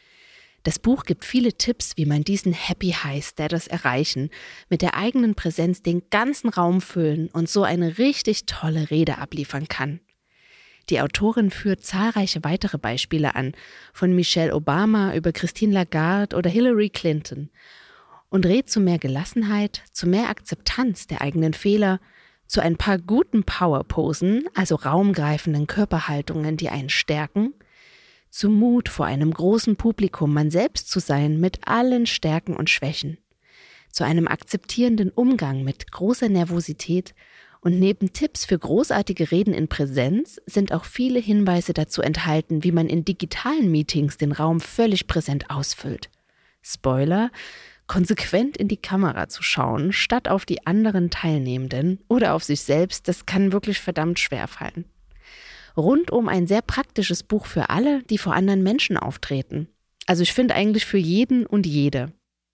Das Buch gibt viele Tipps, wie man diesen Happy High Status erreichen, mit der eigenen Präsenz den ganzen Raum füllen und so eine richtig tolle Rede abliefern kann. Die Autorin führt zahlreiche weitere Beispiele an, von Michelle Obama über Christine Lagarde oder Hillary Clinton, und rät zu mehr Gelassenheit, zu mehr Akzeptanz der eigenen Fehler, zu ein paar guten Powerposen, also raumgreifenden Körperhaltungen, die einen stärken, zu Mut vor einem großen Publikum man selbst zu sein mit allen Stärken und Schwächen, zu einem akzeptierenden Umgang mit großer Nervosität Und neben Tipps für großartige Reden in Präsenz sind auch viele Hinweise dazu enthalten, wie man in digitalen Meetings den Raum völlig präsent ausfüllt. Spoiler: konsequent in die Kamera zu schauen, statt auf die anderen Teilnehmenden oder auf sich selbst, das kann wirklich verdammt schwer fallen. Rundum ein sehr praktisches Buch für alle, die vor anderen Menschen auftreten. Also ich finde eigentlich für jeden und jede.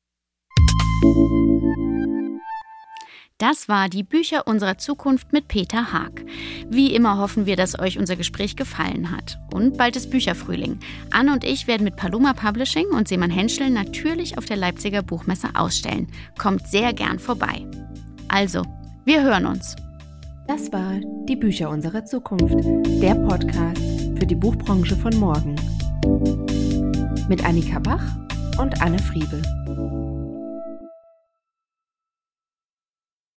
Das war die Bücher unserer Zukunft mit Peter Haag. Wie immer hoffen wir, dass euch unser Gespräch gefallen hat. Und bald ist Bücherfrühling. Anne und ich werden mit Paloma Publishing und Seemann Henschel natürlich auf der Leipziger Buchmesse ausstellen. Kommt sehr gern vorbei. Also, wir hören uns. Das war Die Bücher unserer Zukunft, der Podcast für die Buchbranche von morgen. Mit Annika Bach und Anne Friebel.